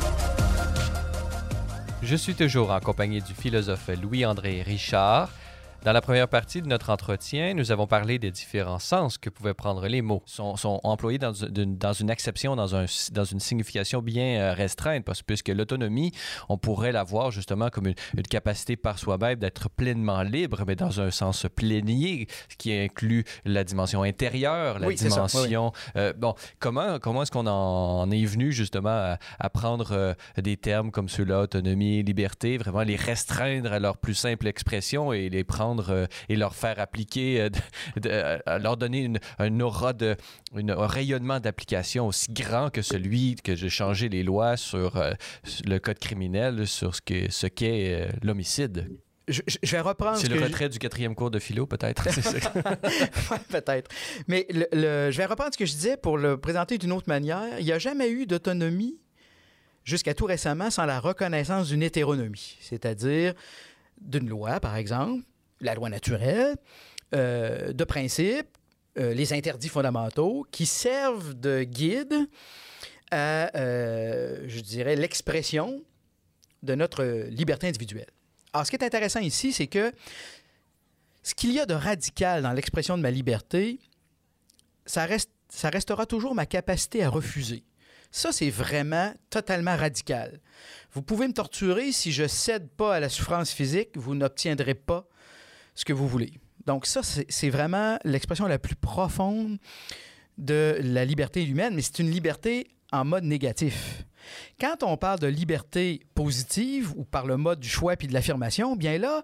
Je suis toujours en compagnie du philosophe Louis-André Richard. Dans la première partie de notre entretien, nous avons parlé des différents sens que pouvaient prendre les mots. Sont employés dans une acception, dans une signification bien restreinte, puisque l'autonomie, on pourrait la voir justement comme une capacité par soi-même d'être pleinement libre, mais dans un sens plénier, ce qui inclut la dimension intérieure, la dimension... bon, comment est-ce qu'on en est venu justement à prendre des termes comme ceux-là, autonomie, liberté, vraiment les restreindre à leur plus simple expression et les prendre et leur faire appliquer, leur donner une aura, un rayonnement d'application aussi grand que celui que j'ai changé les lois sur le code criminel, sur ce qu'est l'homicide. Je vais reprendre... C'est le retrait du 4e cours de philo, peut-être. Ouais, peut-être. Mais je vais reprendre ce que je disais pour le présenter d'une autre manière. Il n'y a jamais eu d'autonomie, jusqu'à tout récemment, sans la reconnaissance d'une hétéronomie, c'est-à-dire d'une loi, par exemple, la loi naturelle, de principe, les interdits fondamentaux qui servent de guide à, je dirais, l'expression de notre liberté individuelle. Alors, ce qui est intéressant ici, c'est que ce qu'il y a de radical dans l'expression de ma liberté, ça restera toujours ma capacité à refuser. Ça, c'est vraiment totalement radical. Vous pouvez me torturer, si je ne cède pas à la souffrance physique, vous n'obtiendrez pas ce que vous voulez. Donc ça, c'est vraiment l'expression la plus profonde de la liberté humaine, mais c'est une liberté en mode négatif. Quand on parle de liberté positive ou par le mode du choix puis de l'affirmation, bien là,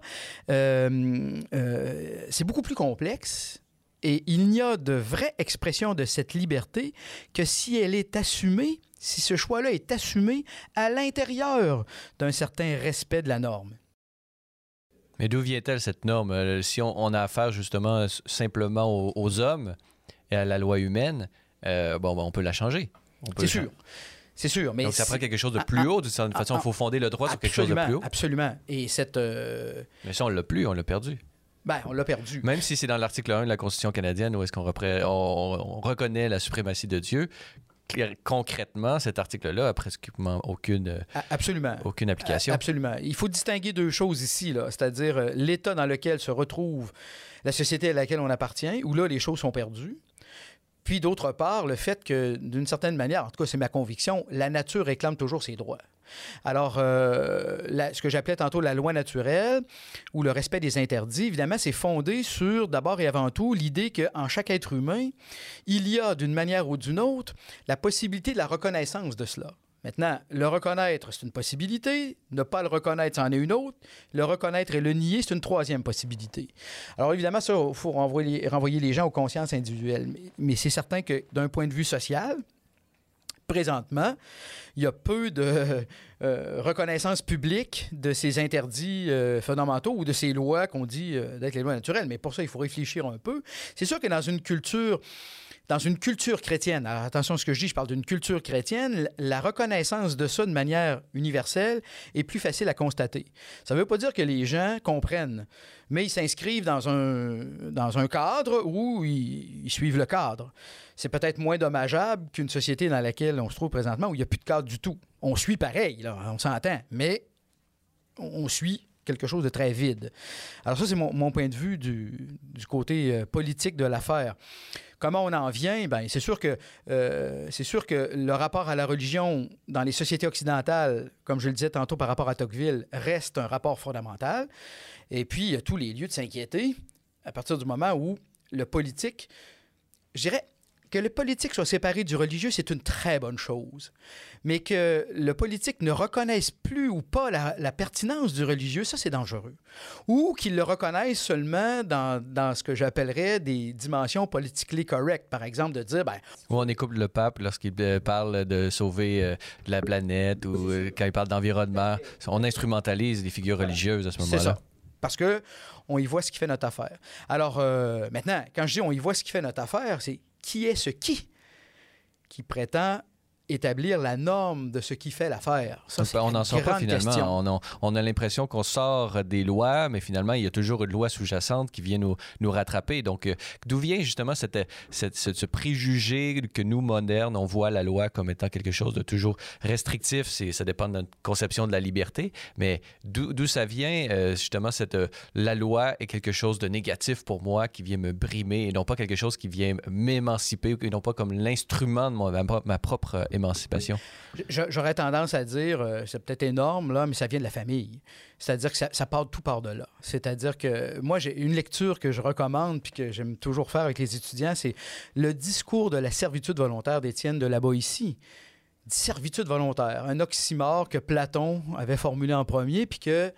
c'est beaucoup plus complexe et il n'y a de vraie expression de cette liberté que si elle est assumée, si ce choix-là est assumé à l'intérieur d'un certain respect de la norme. Mais d'où vient-elle cette norme? Si on a affaire justement simplement aux hommes et à la loi humaine, on peut la changer. C'est sûr. C'est sûr. Mais donc, ça prend quelque chose de plus haut. D'une certaine façon, il faut fonder le droit sur quelque chose de plus haut. Absolument. Et Mais ça, on l'a plus, on l'a perdu. Ben, on l'a perdu. Même si c'est dans l'article 1 de la Constitution canadienne où est-ce qu'on on reconnaît la suprématie de Dieu, concrètement, cet article-là a presque aucune application. Absolument. Il faut distinguer deux choses ici, là, c'est-à-dire l'état dans lequel se retrouve la société à laquelle on appartient, où là, les choses sont perdues. Puis, d'autre part, le fait que, d'une certaine manière, en tout cas, c'est ma conviction, la nature réclame toujours ses droits. Alors, ce que j'appelais tantôt la loi naturelle ou le respect des interdits, évidemment, c'est fondé sur, d'abord et avant tout, l'idée qu'en chaque être humain, il y a, d'une manière ou d'une autre, la possibilité de la reconnaissance de cela. Maintenant, le reconnaître, c'est une possibilité. Ne pas le reconnaître, c'en est une autre. Le reconnaître et le nier, c'est une troisième possibilité. Alors, évidemment, ça, il faut renvoyer les gens aux consciences individuelles. Mais c'est certain que, d'un point de vue social, présentement, il y a peu de reconnaissance publique de ces interdits fondamentaux ou de ces lois qu'on dit d'être les lois naturelles. Mais pour ça, il faut réfléchir un peu. C'est sûr que dans une culture chrétienne, alors attention à ce que je dis, je parle d'une culture chrétienne, la reconnaissance de ça de manière universelle est plus facile à constater. Ça ne veut pas dire que les gens comprennent, mais ils s'inscrivent dans un cadre où ils suivent le cadre. C'est peut-être moins dommageable qu'une société dans laquelle on se trouve présentement où il n'y a plus de cadre du tout. On suit pareil, là, on s'entend, mais on suit quelque chose de très vide. Alors ça, c'est mon point de vue du côté politique de l'affaire. Comment on en vient? Bien, c'est sûr que le rapport à la religion dans les sociétés occidentales, comme je le disais tantôt par rapport à Tocqueville, reste un rapport fondamental. Et puis, il y a tous les lieux de s'inquiéter à partir du moment où le politique, je dirais, que le politique soit séparé du religieux, c'est une très bonne chose. Mais que le politique ne reconnaisse plus ou pas la pertinence du religieux, ça, c'est dangereux. Ou qu'il le reconnaisse seulement dans ce que j'appellerais des dimensions politically correct. Par exemple, de dire... Ou on écoute le pape lorsqu'il parle de sauver la planète ou quand il parle d'environnement. On instrumentalise les figures religieuses à ce moment-là. C'est ça. Parce qu'on y voit ce qui fait notre affaire. Alors, maintenant, quand je dis on y voit ce qui fait notre affaire, c'est qui est ce qui prétend établir la norme de ce qui fait l'affaire? Ça, c'est on une n'en sort pas grande finalement. question. On a l'impression qu'on sort des lois, mais finalement, il y a toujours une loi sous-jacente qui vient nous rattraper. Donc, d'où vient justement ce préjugé que nous, modernes, on voit la loi comme étant quelque chose de toujours restrictif? Ça dépend de notre conception de la liberté, mais d'où ça vient, justement, la loi est quelque chose de négatif pour moi, qui vient me brimer, et non pas quelque chose qui vient m'émanciper, et non pas comme l'instrument de ma propre émancipation. J'aurais tendance à dire, c'est peut-être énorme, là, mais ça vient de la famille. C'est-à-dire que tout part de là. C'est-à-dire que moi, j'ai une lecture que je recommande puis que j'aime toujours faire avec les étudiants, c'est le discours de la servitude volontaire d'Étienne de la Boétie. Servitude volontaire, un oxymore que Platon avait formulé en premier, puis que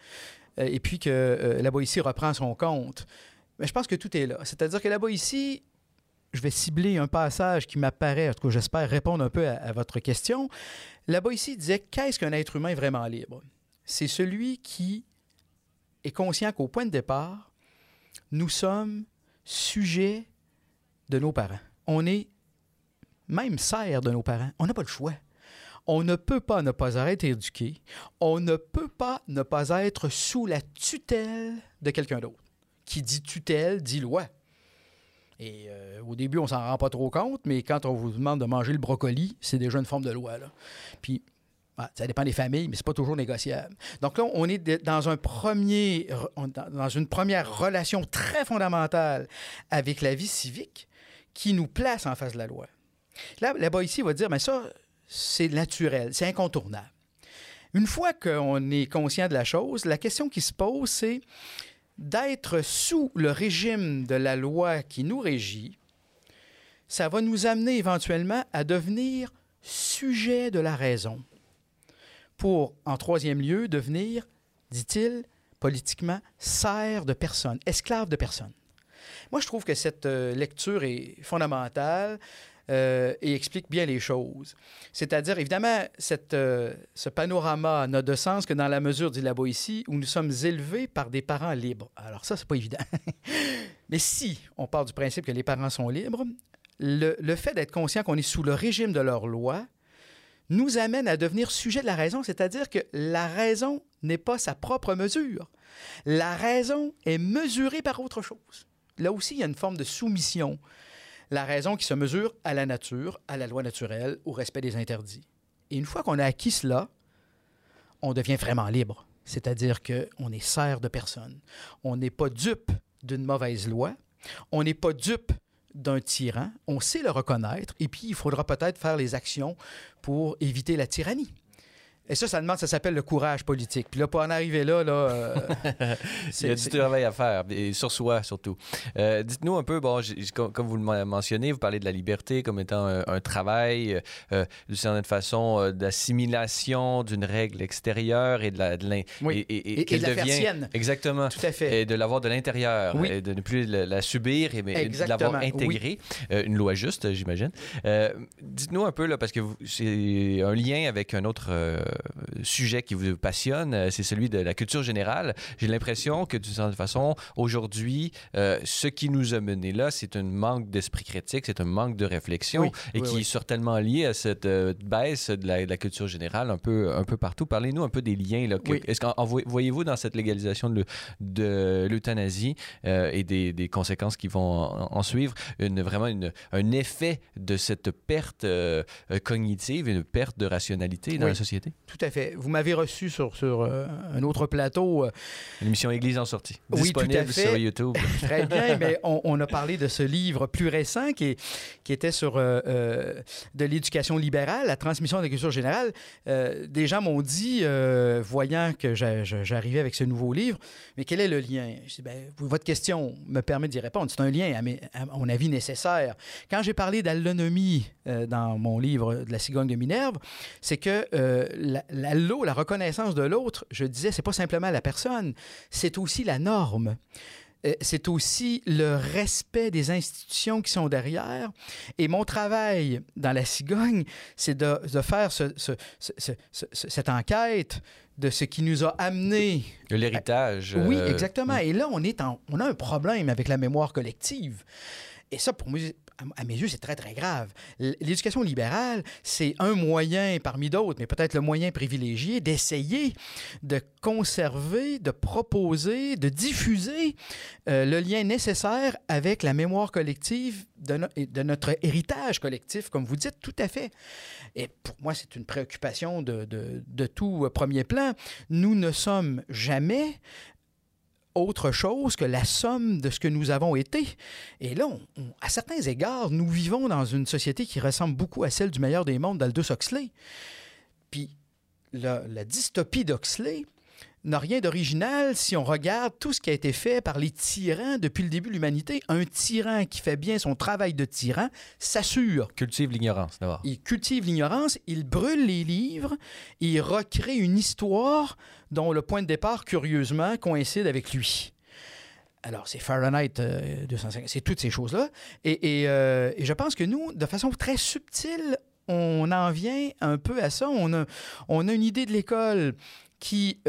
la Boétie reprend à son compte. Mais je pense que tout est là. C'est-à-dire que la Boétie, je vais cibler un passage qui m'apparaît, en tout cas, j'espère répondre un peu à votre question. La Boétie disait, qu'est-ce qu'un être humain vraiment libre? C'est celui qui est conscient qu'au point de départ, nous sommes sujets de nos parents. On est même serfs de nos parents. On n'a pas le choix. On ne peut pas ne pas être éduqué. On ne peut pas ne pas être sous la tutelle de quelqu'un d'autre. Qui dit tutelle, dit loi. Et au début, on s'en rend pas trop compte, mais quand on vous demande de manger le brocoli, c'est déjà une forme de loi, là. Puis, ça dépend des familles, mais c'est pas toujours négociable. Donc là, on est dans une première relation très fondamentale avec la vie civique qui nous place en face de la loi. Là, là-bas ici, on va dire, mais ça, c'est naturel, c'est incontournable. Une fois qu'on est conscient de la chose, la question qui se pose, c'est d'être sous le régime de la loi qui nous régit. Ça va nous amener éventuellement à devenir sujet de la raison. Pour, en troisième lieu, devenir, dit-il, politiquement, serf de personne, esclave de personne. Moi, je trouve que cette lecture est fondamentale et explique bien les choses. C'est-à-dire, évidemment, ce panorama n'a de sens que dans la mesure, dit la Boétie, où nous sommes élevés par des parents libres. Alors ça, c'est pas évident. Mais si on part du principe que les parents sont libres, le fait d'être conscient qu'on est sous le régime de leur loi nous amène à devenir sujet de la raison, c'est-à-dire que la raison n'est pas sa propre mesure. La raison est mesurée par autre chose. Là aussi, il y a une forme de soumission. La raison qui se mesure à la nature, à la loi naturelle, au respect des interdits. Et une fois qu'on a acquis cela, on devient vraiment libre. C'est-à-dire qu'on est serf de personne. On n'est pas dupe d'une mauvaise loi. On n'est pas dupe d'un tyran. On sait le reconnaître. Et puis, il faudra peut-être faire les actions pour éviter la tyrannie. Et ça s'appelle le courage politique. Puis là, pour en arriver là, il y a du travail à faire, et sur soi surtout. Dites-nous un peu, bon, comme vous le mentionnez, vous parlez de la liberté comme étant un travail, d'une certaine façon, d'assimilation d'une règle extérieure et de la faire sienne. Exactement. Tout à fait. Et de l'avoir de l'intérieur, oui. Et de ne plus la subir, mais de l'avoir intégrée. Oui. Une loi juste, j'imagine. Dites-nous un peu, là, parce que c'est un lien avec un autre sujet qui vous passionne, c'est celui de la culture générale. J'ai l'impression que, d'une certaine façon, aujourd'hui, ce qui nous a mené là, c'est un manque d'esprit critique, c'est un manque de réflexion, qui est certainement lié à cette baisse de la culture générale un peu partout. Parlez-nous un peu des liens. Là, est-ce voyez-vous dans cette légalisation de l'euthanasie et des conséquences qui vont en suivre, un effet de cette perte cognitive, une perte de rationalité dans la société? Tout à fait. Vous m'avez reçu sur un autre plateau. L'émission Église en sortie. Oui, disponible sur YouTube. Très bien, mais on a parlé de ce livre plus récent qui était sur de l'éducation libérale, la transmission de la culture générale. Des gens m'ont dit, voyant que j'arrivais avec ce nouveau livre, mais quel est le lien? Je dis, votre question me permet d'y répondre. C'est un lien, à mon avis, nécessaire. Quand j'ai parlé d'allonomie dans mon livre de la cigogne de Minerve, c'est que la reconnaissance de l'autre, je disais, c'est pas simplement la personne, c'est aussi la norme. C'est aussi le respect des institutions qui sont derrière. Et mon travail dans la cigogne, c'est de faire cette enquête de ce qui nous a amené... De l'héritage. Oui, exactement. Et là, on a un problème avec la mémoire collective. Et ça, pour moi, à mes yeux, c'est très, très grave. L'éducation libérale, c'est un moyen parmi d'autres, mais peut-être le moyen privilégié d'essayer de conserver, de proposer, de diffuser le lien nécessaire avec la mémoire collective de notre héritage collectif, comme vous dites, tout à fait. Et pour moi, c'est une préoccupation de tout premier plan. Nous ne sommes jamais autre chose que la somme de ce que nous avons été. Et là, à certains égards, nous vivons dans une société qui ressemble beaucoup à celle du meilleur des mondes d'Aldous Huxley. Puis la dystopie d'Huxley n'a rien d'original si on regarde tout ce qui a été fait par les tyrans depuis le début de l'humanité. Un tyran qui fait bien son travail de tyran s'assure. Cultive l'ignorance, d'abord. Il cultive l'ignorance, il brûle les livres, il recrée une histoire dont le point de départ, curieusement, coïncide avec lui. Alors, c'est Fahrenheit 250, c'est toutes ces choses-là. Et je pense que nous, de façon très subtile, on en vient un peu à ça. On a une idée de l'école qui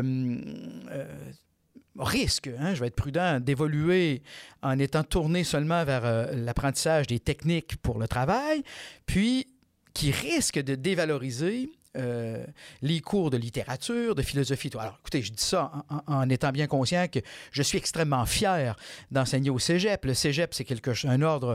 risque, je vais être prudent, d'évoluer en étant tourné seulement vers l'apprentissage des techniques pour le travail, puis qui risque de dévaloriser les cours de littérature, de philosophie. Alors, écoutez, je dis ça en étant bien conscient que je suis extrêmement fier d'enseigner au cégep. Le cégep, c'est un ordre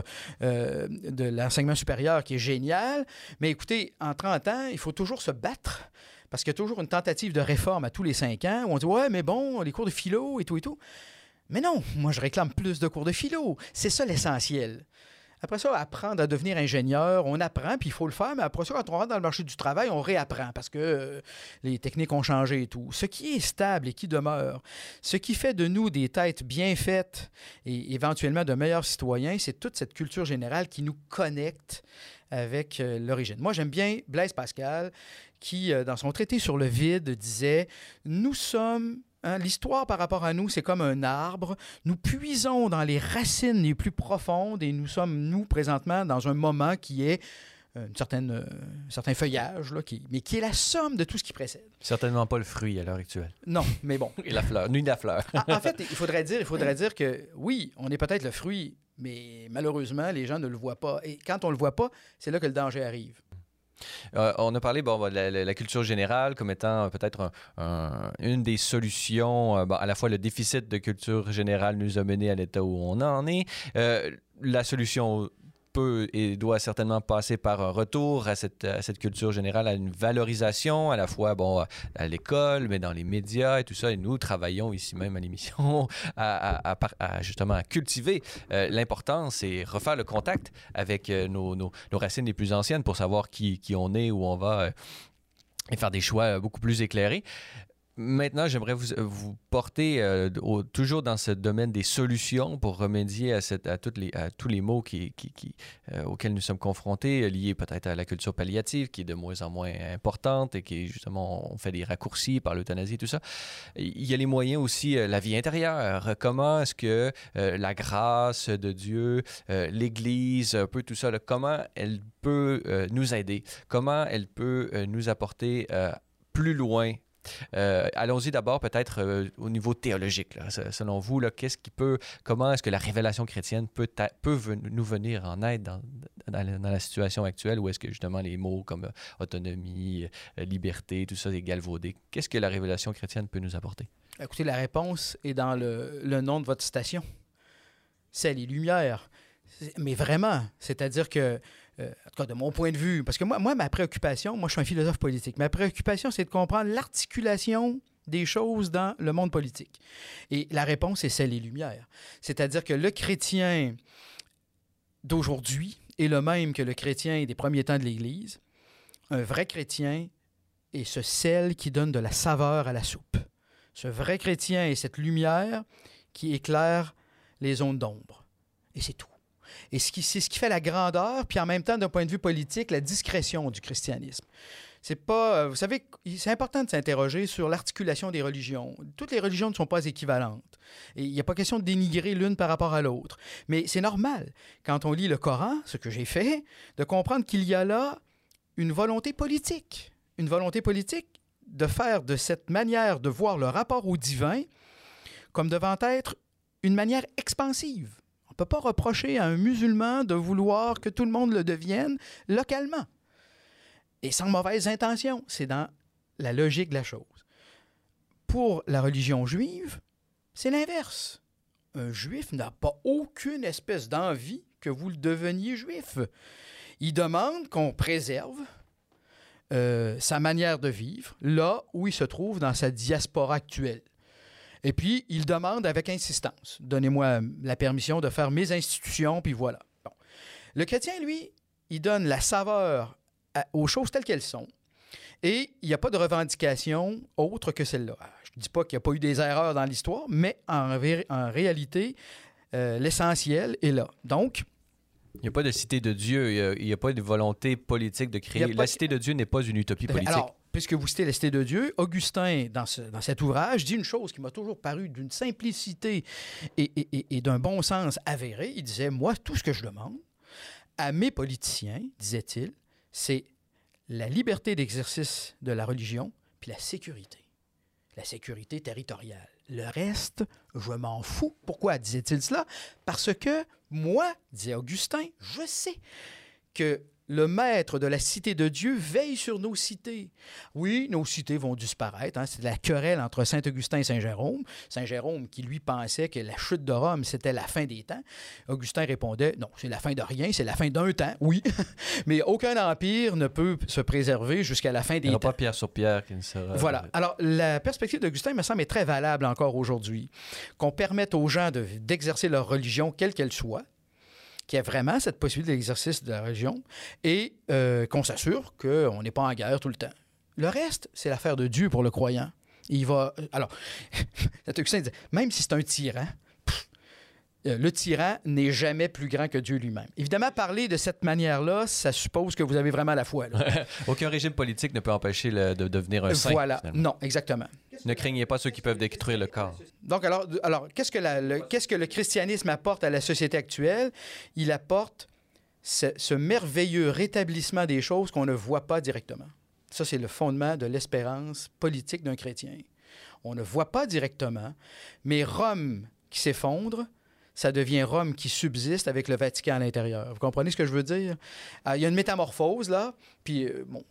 de l'enseignement supérieur qui est génial. Mais écoutez, en 30 ans, il faut toujours se battre parce qu'il y a toujours une tentative de réforme à tous les 5 ans où on dit « Ouais, mais bon, les cours de philo et tout et tout. » Mais non, moi, je réclame plus de cours de philo. C'est ça l'essentiel. Après ça, apprendre à devenir ingénieur, on apprend, puis il faut le faire, mais après ça, quand on rentre dans le marché du travail, on réapprend parce que les techniques ont changé et tout. Ce qui est stable et qui demeure, ce qui fait de nous des têtes bien faites et éventuellement de meilleurs citoyens, c'est toute cette culture générale qui nous connecte avec l'origine. Moi, j'aime bien Blaise Pascal qui, dans son traité sur le vide, disait « Nous sommes... » l'histoire par rapport à nous, c'est comme un arbre. Nous puisons dans les racines les plus profondes et nous sommes, nous, présentement, dans un moment qui est un certain feuillage, là, mais qui est la somme de tout ce qui précède. Certainement pas le fruit à l'heure actuelle. Non, mais bon. Et la fleur, ni la fleur. En fait, il faudrait dire que oui, on est peut-être le fruit, mais malheureusement, les gens ne le voient pas. Et quand on le voit pas, c'est là que le danger arrive. On a parlé de la culture générale comme étant peut-être une des solutions. À la fois, le déficit de culture générale nous a mené à l'état où on en est. La solution peut et doit certainement passer par un retour à cette culture générale, à une valorisation, à la fois à l'école, mais dans les médias et tout ça. Et nous travaillons ici même à l'émission justement à cultiver l'importance et refaire le contact avec nos racines les plus anciennes pour savoir qui on est, où on va et faire des choix beaucoup plus éclairés. Maintenant, j'aimerais vous porter toujours dans ce domaine des solutions pour remédier à tous les maux auxquels nous sommes confrontés, liés peut-être à la culture palliative qui est de moins en moins importante et qui, justement, on fait des raccourcis par l'euthanasie et tout ça. Il y a les moyens aussi, la vie intérieure. Comment est-ce que la grâce de Dieu, l'Église, un peu tout ça, comment elle peut nous aider? Comment elle peut nous apporter plus loin? Allons-y d'abord peut-être au niveau théologique. Là. Selon vous, là, comment est-ce que la révélation chrétienne peut nous venir en aide dans la situation actuelle où est-ce que justement les mots comme autonomie, liberté, tout ça est galvaudé? Qu'est-ce que la révélation chrétienne peut nous apporter? Écoutez, la réponse est dans le nom de votre station. C'est les Lumières. Mais vraiment, c'est-à-dire que en tout cas, de mon point de vue, parce que moi, ma préoccupation, moi, je suis un philosophe politique, ma préoccupation, c'est de comprendre l'articulation des choses dans le monde politique. Et la réponse est celle des Lumières. C'est-à-dire que le chrétien d'aujourd'hui est le même que le chrétien des premiers temps de l'Église. Un vrai chrétien est ce sel qui donne de la saveur à la soupe. Ce vrai chrétien est cette lumière qui éclaire les zones d'ombre. Et c'est tout. Et c'est ce qui fait la grandeur, puis en même temps, d'un point de vue politique, la discrétion du christianisme. C'est pas... vous savez, c'est important de s'interroger sur l'articulation des religions. Toutes les religions ne sont pas équivalentes. Et il n'y a pas question de dénigrer l'une par rapport à l'autre. Mais c'est normal, quand on lit le Coran, ce que j'ai fait, de comprendre qu'il y a là une volonté politique. Une volonté politique de faire de cette manière de voir le rapport au divin comme devant être une manière expansive. ne peut pas reprocher à un musulman de vouloir que tout le monde le devienne localement. Et sans mauvaise intention. C'est dans la logique de la chose. Pour la religion juive, c'est l'inverse. Un juif n'a pas aucune espèce d'envie que vous le deveniez juif. Il demande qu'on préserve sa manière de vivre là où il se trouve dans sa diaspora actuelle. Et puis, il demande avec insistance, donnez-moi la permission de faire mes institutions, puis voilà. Bon. Le chrétien, lui, il donne la saveur aux choses telles qu'elles sont. Et il n'y a pas de revendication autre que celle-là. Je ne dis pas qu'il n'y a pas eu des erreurs dans l'histoire, mais en réalité, l'essentiel est là. Donc, il n'y a pas de cité de Dieu, il n'y a pas de volonté politique de créer. La cité de Dieu n'est pas une utopie politique. Alors, puisque vous citez la cité de Dieu, Augustin, dans cet ouvrage, dit une chose qui m'a toujours paru d'une simplicité et d'un bon sens avéré. Il disait, moi, tout ce que je demande à mes politiciens, disait-il, c'est la liberté d'exercice de la religion puis la sécurité territoriale. Le reste, je m'en fous. Pourquoi disait-il cela? Parce que moi, disait Augustin, je sais que le maître de la cité de Dieu veille sur nos cités. Oui, nos cités vont disparaître. Hein. C'est la querelle entre Saint-Augustin et Saint-Jérôme. Saint-Jérôme qui, lui, pensait que la chute de Rome, c'était la fin des temps. Augustin répondait, non, c'est la fin de rien, c'est la fin d'un temps, oui. Mais aucun empire ne peut se préserver jusqu'à la fin des temps. Il n'y aura pas pierre sur pierre qui ne sera... Voilà. Alors, la perspective d'Augustin, me semble, est très valable encore aujourd'hui. Qu'on permette aux gens d'exercer leur religion, quelle qu'elle soit, qu'il y a vraiment cette possibilité d'exercice de la religion et qu'on s'assure qu'on n'est pas en guerre tout le temps. Le reste, c'est l'affaire de Dieu pour le croyant. Il va... Alors, Saint-Augustin dit, même si c'est un tyran, le tyran n'est jamais plus grand que Dieu lui-même. Évidemment, parler de cette manière-là, ça suppose que vous avez vraiment la foi. Là. Aucun régime politique ne peut empêcher de devenir un saint. Voilà. Non, exactement. Ne craignez pas ceux qui peuvent détruire le corps. Donc, alors qu'est-ce que le christianisme apporte à la société actuelle? Il apporte ce merveilleux rétablissement des choses qu'on ne voit pas directement. Ça, c'est le fondement de l'espérance politique d'un chrétien. On ne voit pas directement, mais Rome qui s'effondre, ça devient Rome qui subsiste avec le Vatican à l'intérieur. Vous comprenez ce que je veux dire? Il y a une métamorphose, là, puis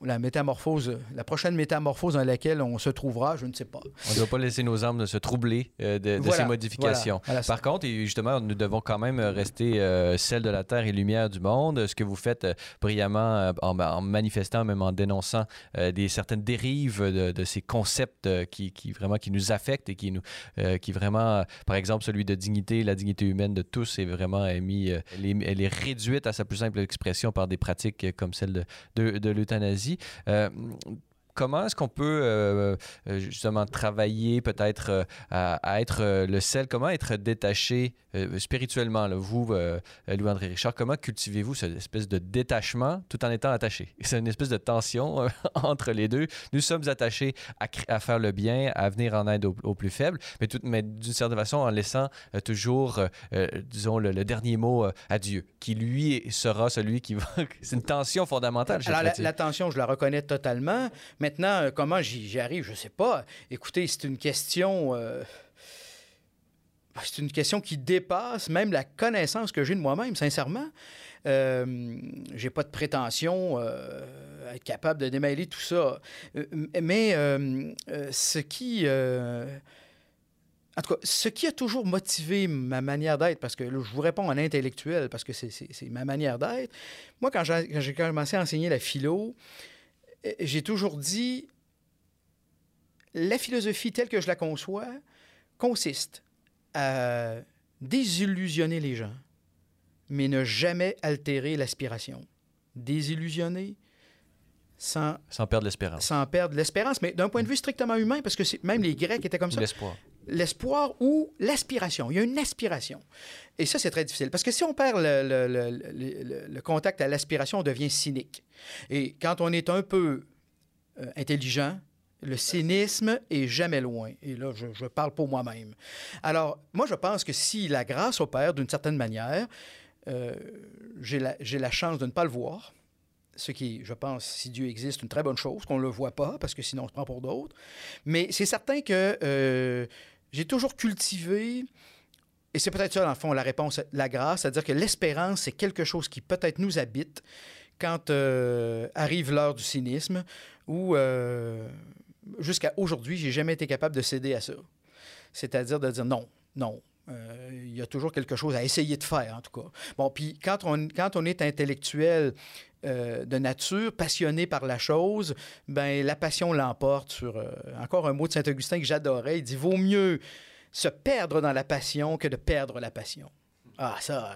la prochaine métamorphose dans laquelle on se trouvera, je ne sais pas. On ne doit pas laisser nos âmes se troubler de ces modifications. Voilà. Par contre, et justement, nous devons quand même rester celle de la terre et lumière du monde, ce que vous faites brillamment en manifestant, même en dénonçant certaines dérives de ces concepts qui nous affectent et qui vraiment, par exemple, celui de dignité, la dignité humaine de tous est vraiment elle est réduite à sa plus simple expression par des pratiques comme celle de l'euthanasie. Comment est-ce qu'on peut justement travailler peut-être à être le sel? Comment être détaché spirituellement? Là, vous, Louis-André Richard, comment cultivez-vous cette espèce de détachement tout en étant attaché? C'est une espèce de tension entre les deux. Nous sommes attachés à faire le bien, à venir en aide aux plus faibles, mais d'une certaine façon en laissant toujours, disons, le dernier mot à Dieu, qui lui sera celui qui va... C'est une tension fondamentale chez Alors, la tension, je la reconnais totalement. Maintenant, comment j'y arrive, je ne sais pas. Écoutez, c'est une question qui dépasse même la connaissance que j'ai de moi-même, sincèrement. J'ai pas de prétention à être capable de démêler tout ça. Mais ce qui a toujours motivé ma manière d'être, parce que là, je vous réponds en intellectuel, parce que c'est ma manière d'être. Moi, quand j'ai commencé à enseigner la philo, j'ai toujours dit, la philosophie telle que je la conçois consiste à désillusionner les gens, mais ne jamais altérer l'aspiration. Désillusionner sans perdre l'espérance. Sans perdre l'espérance, mais d'un point de vue strictement humain, parce que même les Grecs étaient comme ça. L'espoir. L'espoir ou l'aspiration. Il y a une aspiration. Et ça, c'est très difficile. Parce que si on perd le contact à l'aspiration, on devient cynique. Et quand on est un peu intelligent, le cynisme est jamais loin. Et là, je parle pour moi-même. Alors, moi, je pense que si la grâce opère d'une certaine manière, j'ai la chance de ne pas le voir, ce qui, je pense, si Dieu existe, une très bonne chose, qu'on ne le voit pas, parce que sinon on se prend pour d'autres. Mais c'est certain que j'ai toujours cultivé Et c'est peut-être ça, dans le fond, la réponse, la grâce, c'est-à-dire que l'espérance, c'est quelque chose qui peut-être nous habite quand arrive l'heure du cynisme, ou jusqu'à aujourd'hui, j'ai jamais été capable de céder à ça. C'est-à-dire de dire non, non. Il y a toujours quelque chose à essayer de faire, en tout cas. Bon, puis quand on est intellectuel de nature, passionné par la chose, ben la passion l'emporte sur... encore un mot de Saint-Augustin que j'adorais, il dit « Vaut mieux se perdre dans la passion que de perdre la passion. » Ah, ça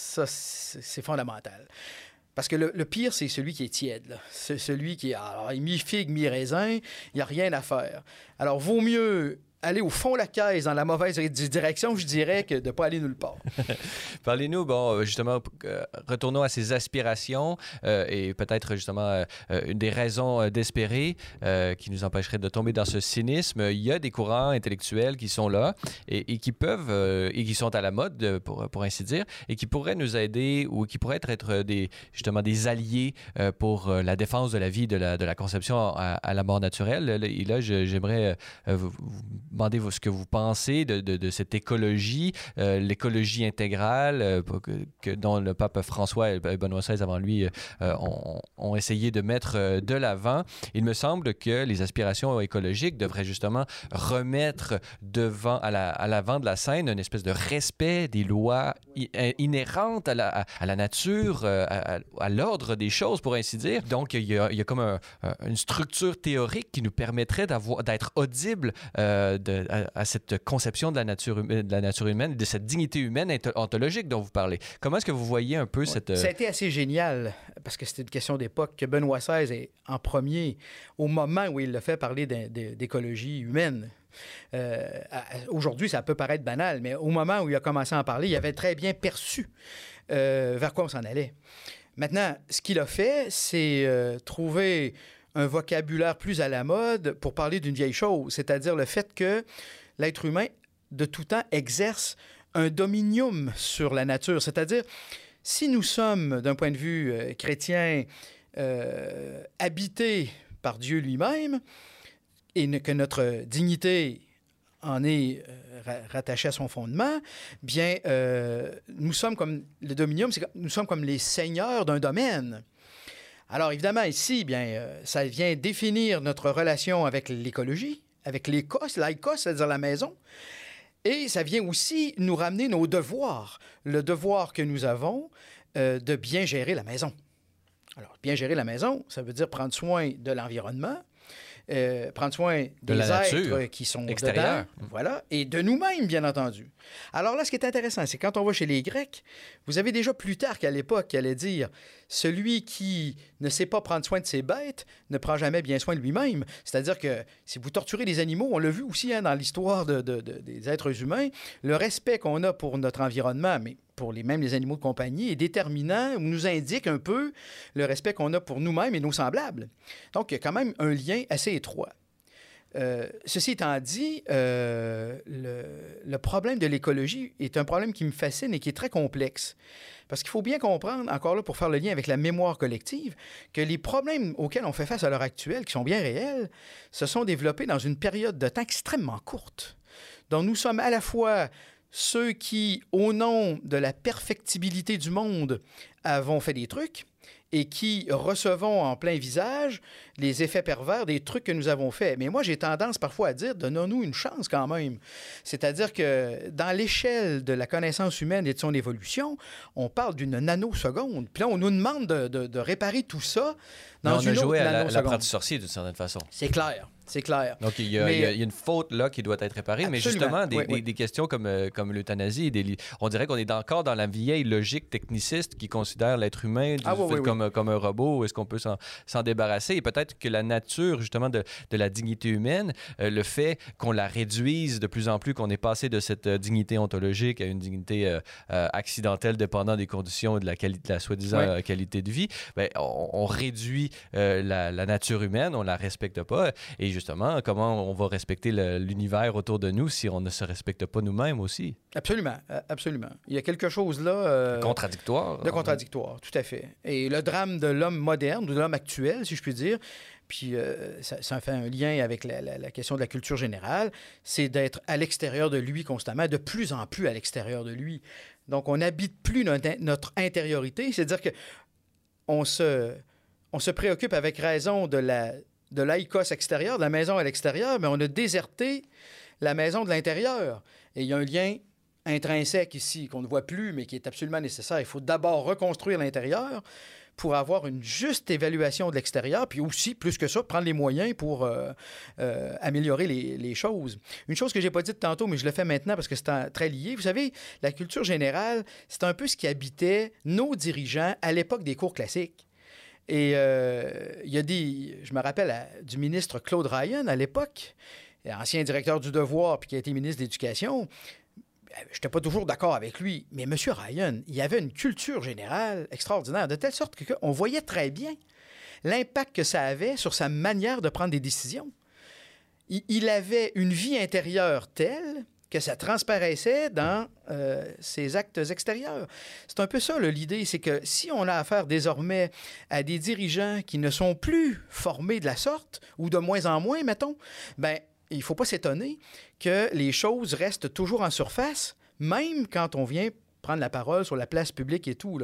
c'est fondamental. Parce que le pire, c'est celui qui est tiède. Là. C'est celui qui est mi-figue, mi-raisin, il n'y a rien à faire. Alors, vaut mieux aller au fond de la caisse dans la mauvaise direction, je dirais, que de ne pas aller nulle part. Parlez-nous, bon, justement, retournons à ces aspirations et peut-être justement une des raisons d'espérer qui nous empêcherait de tomber dans ce cynisme. Il y a des courants intellectuels qui sont là et qui peuvent, et qui sont à la mode, pour ainsi dire, et qui pourraient nous aider ou qui pourraient être justement des alliés pour la défense de la vie, de la conception à la mort naturelle. Et là, j'aimerais vous demander ce que vous pensez de cette écologie, l'écologie intégrale dont le pape François et Benoît XVI avant lui ont essayé de mettre de l'avant. Il me semble que les aspirations écologiques devraient justement remettre à l'avant de la scène une espèce de respect des lois inhérentes à la nature, à l'ordre des choses, pour ainsi dire. Donc, il y a comme une structure théorique qui nous permettrait d'être audible à cette conception de la nature humaine, de cette dignité humaine ontologique dont vous parlez. Comment est-ce que vous voyez un peu cette... Ça a été assez génial, parce que c'était une question d'époque, que Benoît XVI est en premier, au moment où il l'a fait parler d'écologie humaine. Aujourd'hui, ça peut paraître banal, mais au moment où il a commencé à en parler, il avait très bien perçu vers quoi on s'en allait. Maintenant, ce qu'il a fait, c'est trouver un vocabulaire plus à la mode pour parler d'une vieille chose, c'est-à-dire le fait que l'être humain, de tout temps, exerce un dominium sur la nature. C'est-à-dire, si nous sommes, d'un point de vue chrétien, habités par Dieu lui-même, et que notre dignité en est rattachée à son fondement, bien, nous sommes comme le dominium, nous sommes comme les seigneurs d'un domaine. Alors, évidemment, ici, bien, ça vient définir notre relation avec l'écologie, avec l'oikos, c'est-à-dire la maison, et ça vient aussi nous ramener nos devoirs, le devoir que nous avons de bien gérer la maison. Alors, bien gérer la maison, ça veut dire prendre soin de l'environnement, prendre soin des êtres qui sont extérieurs, dedans, voilà, et de nous-mêmes, bien entendu. Alors là, ce qui est intéressant, c'est quand on va chez les Grecs, vous avez déjà Plutarque à l'époque qui allait dire « Celui qui ne sait pas prendre soin de ses bêtes ne prend jamais bien soin de lui-même. » C'est-à-dire que si vous torturez les animaux, on l'a vu aussi dans l'histoire des êtres humains, le respect qu'on a pour notre environnement, mais pour même les animaux de compagnie, est déterminant ou nous indique un peu le respect qu'on a pour nous-mêmes et nos semblables. Donc, il y a quand même un lien assez étroit. Ceci étant dit, le problème de l'écologie est un problème qui me fascine et qui est très complexe. Parce qu'il faut bien comprendre, encore là, pour faire le lien avec la mémoire collective, que les problèmes auxquels on fait face à l'heure actuelle, qui sont bien réels, se sont développés dans une période de temps extrêmement courte. Donc, nous sommes à la fois ceux qui, au nom de la perfectibilité du monde, avons fait des trucs et qui recevons en plein visage les effets pervers des trucs que nous avons faits. Mais moi, j'ai tendance parfois à dire, donnons-nous une chance quand même. C'est-à-dire que dans l'échelle de la connaissance humaine et de son évolution, on parle d'une nanoseconde. Puis là, on nous demande de réparer tout ça dans une autre nanoseconde. On a joué à l'apprenti sorcier d'une certaine façon. C'est clair. C'est clair. Donc, il y a une faute là qui doit être réparée, absolument. Mais justement, des questions comme l'euthanasie, on dirait qu'on est encore dans la vieille logique techniciste qui considère l'être humain comme un robot. Est-ce qu'on peut s'en débarrasser? Et peut-être que la nature, justement, de la dignité humaine, le fait qu'on la réduise de plus en plus, qu'on est passé de cette dignité ontologique à une dignité accidentelle dépendant des conditions et de la soi-disant qualité de vie, bien, on réduit la nature humaine, on la respecte pas. Et justement, comment on va respecter l'univers autour de nous si on ne se respecte pas nous-mêmes aussi? Absolument, absolument. Il y a quelque chose là... contradictoire. De contradictoire, tout à fait. Et le drame de l'homme moderne, ou de l'homme actuel, si je puis dire, puis ça fait un lien avec la question de la culture générale, c'est d'être à l'extérieur de lui constamment, de plus en plus à l'extérieur de lui. Donc, on n'habite plus notre intériorité, c'est-à-dire que on se préoccupe avec raison de l'oikos extérieur, de la maison à l'extérieur, mais on a déserté la maison de l'intérieur. Et il y a un lien intrinsèque ici qu'on ne voit plus, mais qui est absolument nécessaire. Il faut d'abord reconstruire l'intérieur pour avoir une juste évaluation de l'extérieur, puis aussi, plus que ça, prendre les moyens pour améliorer les choses. Une chose que je n'ai pas dite tantôt, mais je le fais maintenant parce que c'est très lié. Vous savez, la culture générale, c'est un peu ce qui habitait nos dirigeants à l'époque des cours classiques. Et il y a je me rappelle du ministre Claude Ryan à l'époque, ancien directeur du Devoir puis qui a été ministre de l'Éducation. Je n'étais pas toujours d'accord avec lui, mais M. Ryan, il avait une culture générale extraordinaire, de telle sorte qu'on voyait très bien l'impact que ça avait sur sa manière de prendre des décisions. Il avait une vie intérieure telle que ça transparaissait dans ses actes extérieurs. C'est un peu ça, l'idée, c'est que si on a affaire désormais à des dirigeants qui ne sont plus formés de la sorte, ou de moins en moins, mettons, bien, il ne faut pas s'étonner que les choses restent toujours en surface, même quand on vient prendre la parole sur la place publique et tout, là.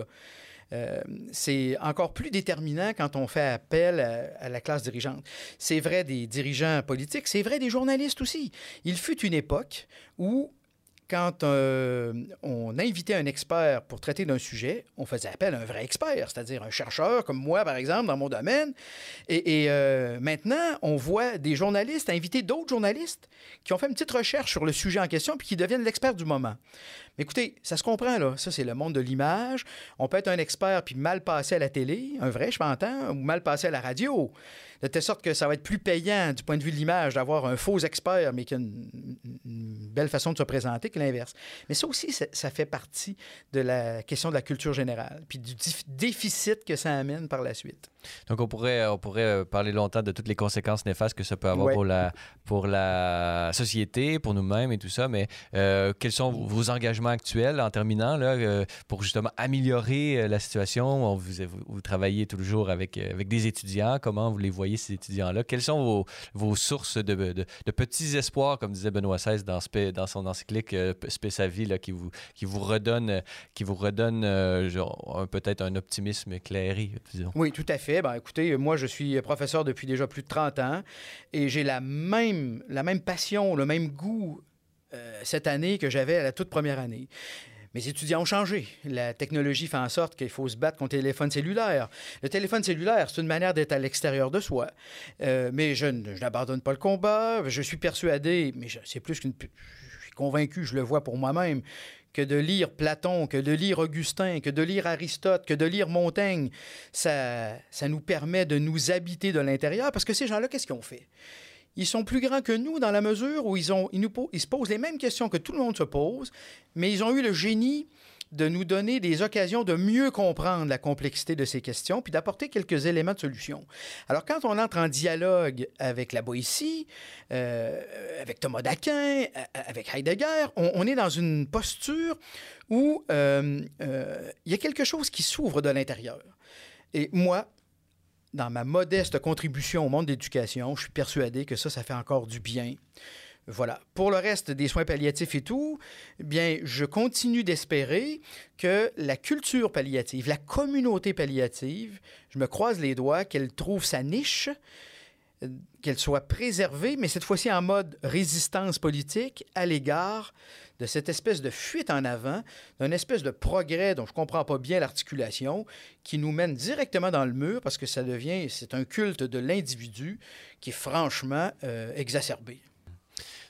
C'est encore plus déterminant quand on fait appel à la classe dirigeante. C'est vrai des dirigeants politiques, c'est vrai des journalistes aussi. Il fut une époque où, quand on invitait un expert pour traiter d'un sujet, on faisait appel à un vrai expert, c'est-à-dire un chercheur comme moi, par exemple, dans mon domaine. Et maintenant, on voit des journalistes inviter d'autres journalistes qui ont fait une petite recherche sur le sujet en question puis qui deviennent l'expert du moment. Mais écoutez, ça se comprend, là. Ça, c'est le monde de l'image. On peut être un expert puis mal passer à la télé, un vrai, je m'entends, ou mal passer à la radio. De telle sorte que ça va être plus payant du point de vue de l'image d'avoir un faux expert, mais qui a une belle façon de se présenter que l'inverse. Mais ça aussi, ça fait partie de la question de la culture générale, puis du déficit que ça amène par la suite. Donc, on pourrait parler longtemps de toutes les conséquences néfastes que ça peut avoir pour la société, pour nous-mêmes et tout ça, mais quels sont vos engagements actuels en terminant là, pour justement améliorer la situation? Vous travaillez toujours avec des étudiants. Comment vous les voyez, ces étudiants-là? Quelles sont vos sources de petits espoirs, comme disait Benoît XVI dans son encyclique Spé sa vie, là, qui vous redonne peut-être un optimisme éclairé, disons? Oui, tout à fait. Ben, écoutez, moi, je suis professeur depuis déjà plus de 30 ans et j'ai la même passion, le même goût cette année que j'avais à la toute première année. Mes étudiants ont changé. La technologie fait en sorte qu'il faut se battre contre le téléphone cellulaire. Le téléphone cellulaire, c'est une manière d'être à l'extérieur de soi. Mais je n'abandonne pas le combat. Je suis persuadé, mais c'est plus qu'une... Je suis convaincu, je le vois pour moi-même, que de lire Platon, que de lire Augustin, que de lire Aristote, que de lire Montaigne, ça nous permet de nous habiter de l'intérieur. Parce que ces gens-là, qu'est-ce qu'ils ont fait? Ils sont plus grands que nous dans la mesure où ils se posent les mêmes questions que tout le monde se pose, mais ils ont eu le génie de nous donner des occasions de mieux comprendre la complexité de ces questions puis d'apporter quelques éléments de solution. Alors, quand on entre en dialogue avec la Boétie, avec Thomas d'Aquin, avec Heidegger, on est dans une posture où il y a quelque chose qui s'ouvre de l'intérieur. Et moi, dans ma modeste contribution au monde de l'éducation, je suis persuadé que ça fait encore du bien. Voilà. Pour le reste des soins palliatifs et tout, bien, je continue d'espérer que la culture palliative, la communauté palliative, je me croise les doigts, qu'elle trouve sa niche, qu'elle soit préservée, mais cette fois-ci en mode résistance politique à l'égard de cette espèce de fuite en avant, d'une espèce de progrès dont je ne comprends pas bien l'articulation, qui nous mène directement dans le mur parce que c'est un culte de l'individu qui est franchement exacerbé.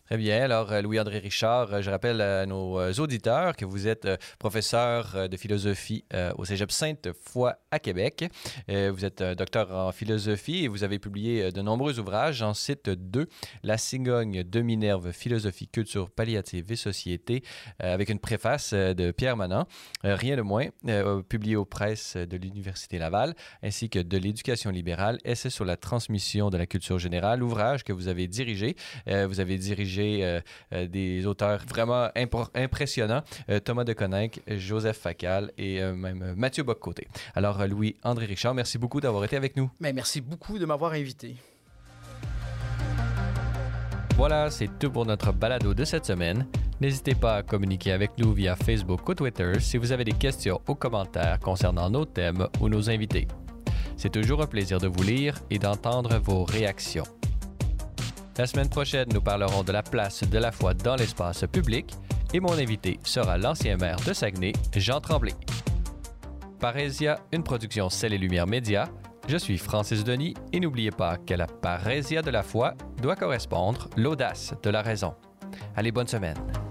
Très bien. Alors, Louis-André Richard, je rappelle à nos auditeurs que vous êtes professeur de philosophie au Cégep Sainte-Foy à Québec. Vous êtes docteur en philosophie et vous avez publié de nombreux ouvrages. J'en cite 2. La cigogne de Minerve, philosophie, culture, palliative et société, avec une préface de Pierre Manant. Rien de moins, publié aux presses de l'Université Laval, ainsi que de l'éducation libérale, essai sur la transmission de la culture générale, ouvrage que vous avez dirigé. Vous avez dirigé des auteurs vraiment impressionnants, Thomas de Coninck, Joseph Facal et même Mathieu Boccoté. Alors, Louis-André Richard, merci beaucoup d'avoir été avec nous. Mais merci beaucoup de m'avoir invité. Voilà, c'est tout pour notre balado de cette semaine. N'hésitez pas à communiquer avec nous via Facebook ou Twitter si vous avez des questions ou commentaires concernant nos thèmes ou nos invités. C'est toujours un plaisir de vous lire et d'entendre vos réactions. La semaine prochaine, nous parlerons de la place de la foi dans l'espace public et mon invité sera l'ancien maire de Saguenay, Jean Tremblay. Parésia, une production Ciel et Lumière Média. Je suis Francis Denis et n'oubliez pas que la parésia de la foi doit correspondre l'audace de la raison. Allez, bonne semaine.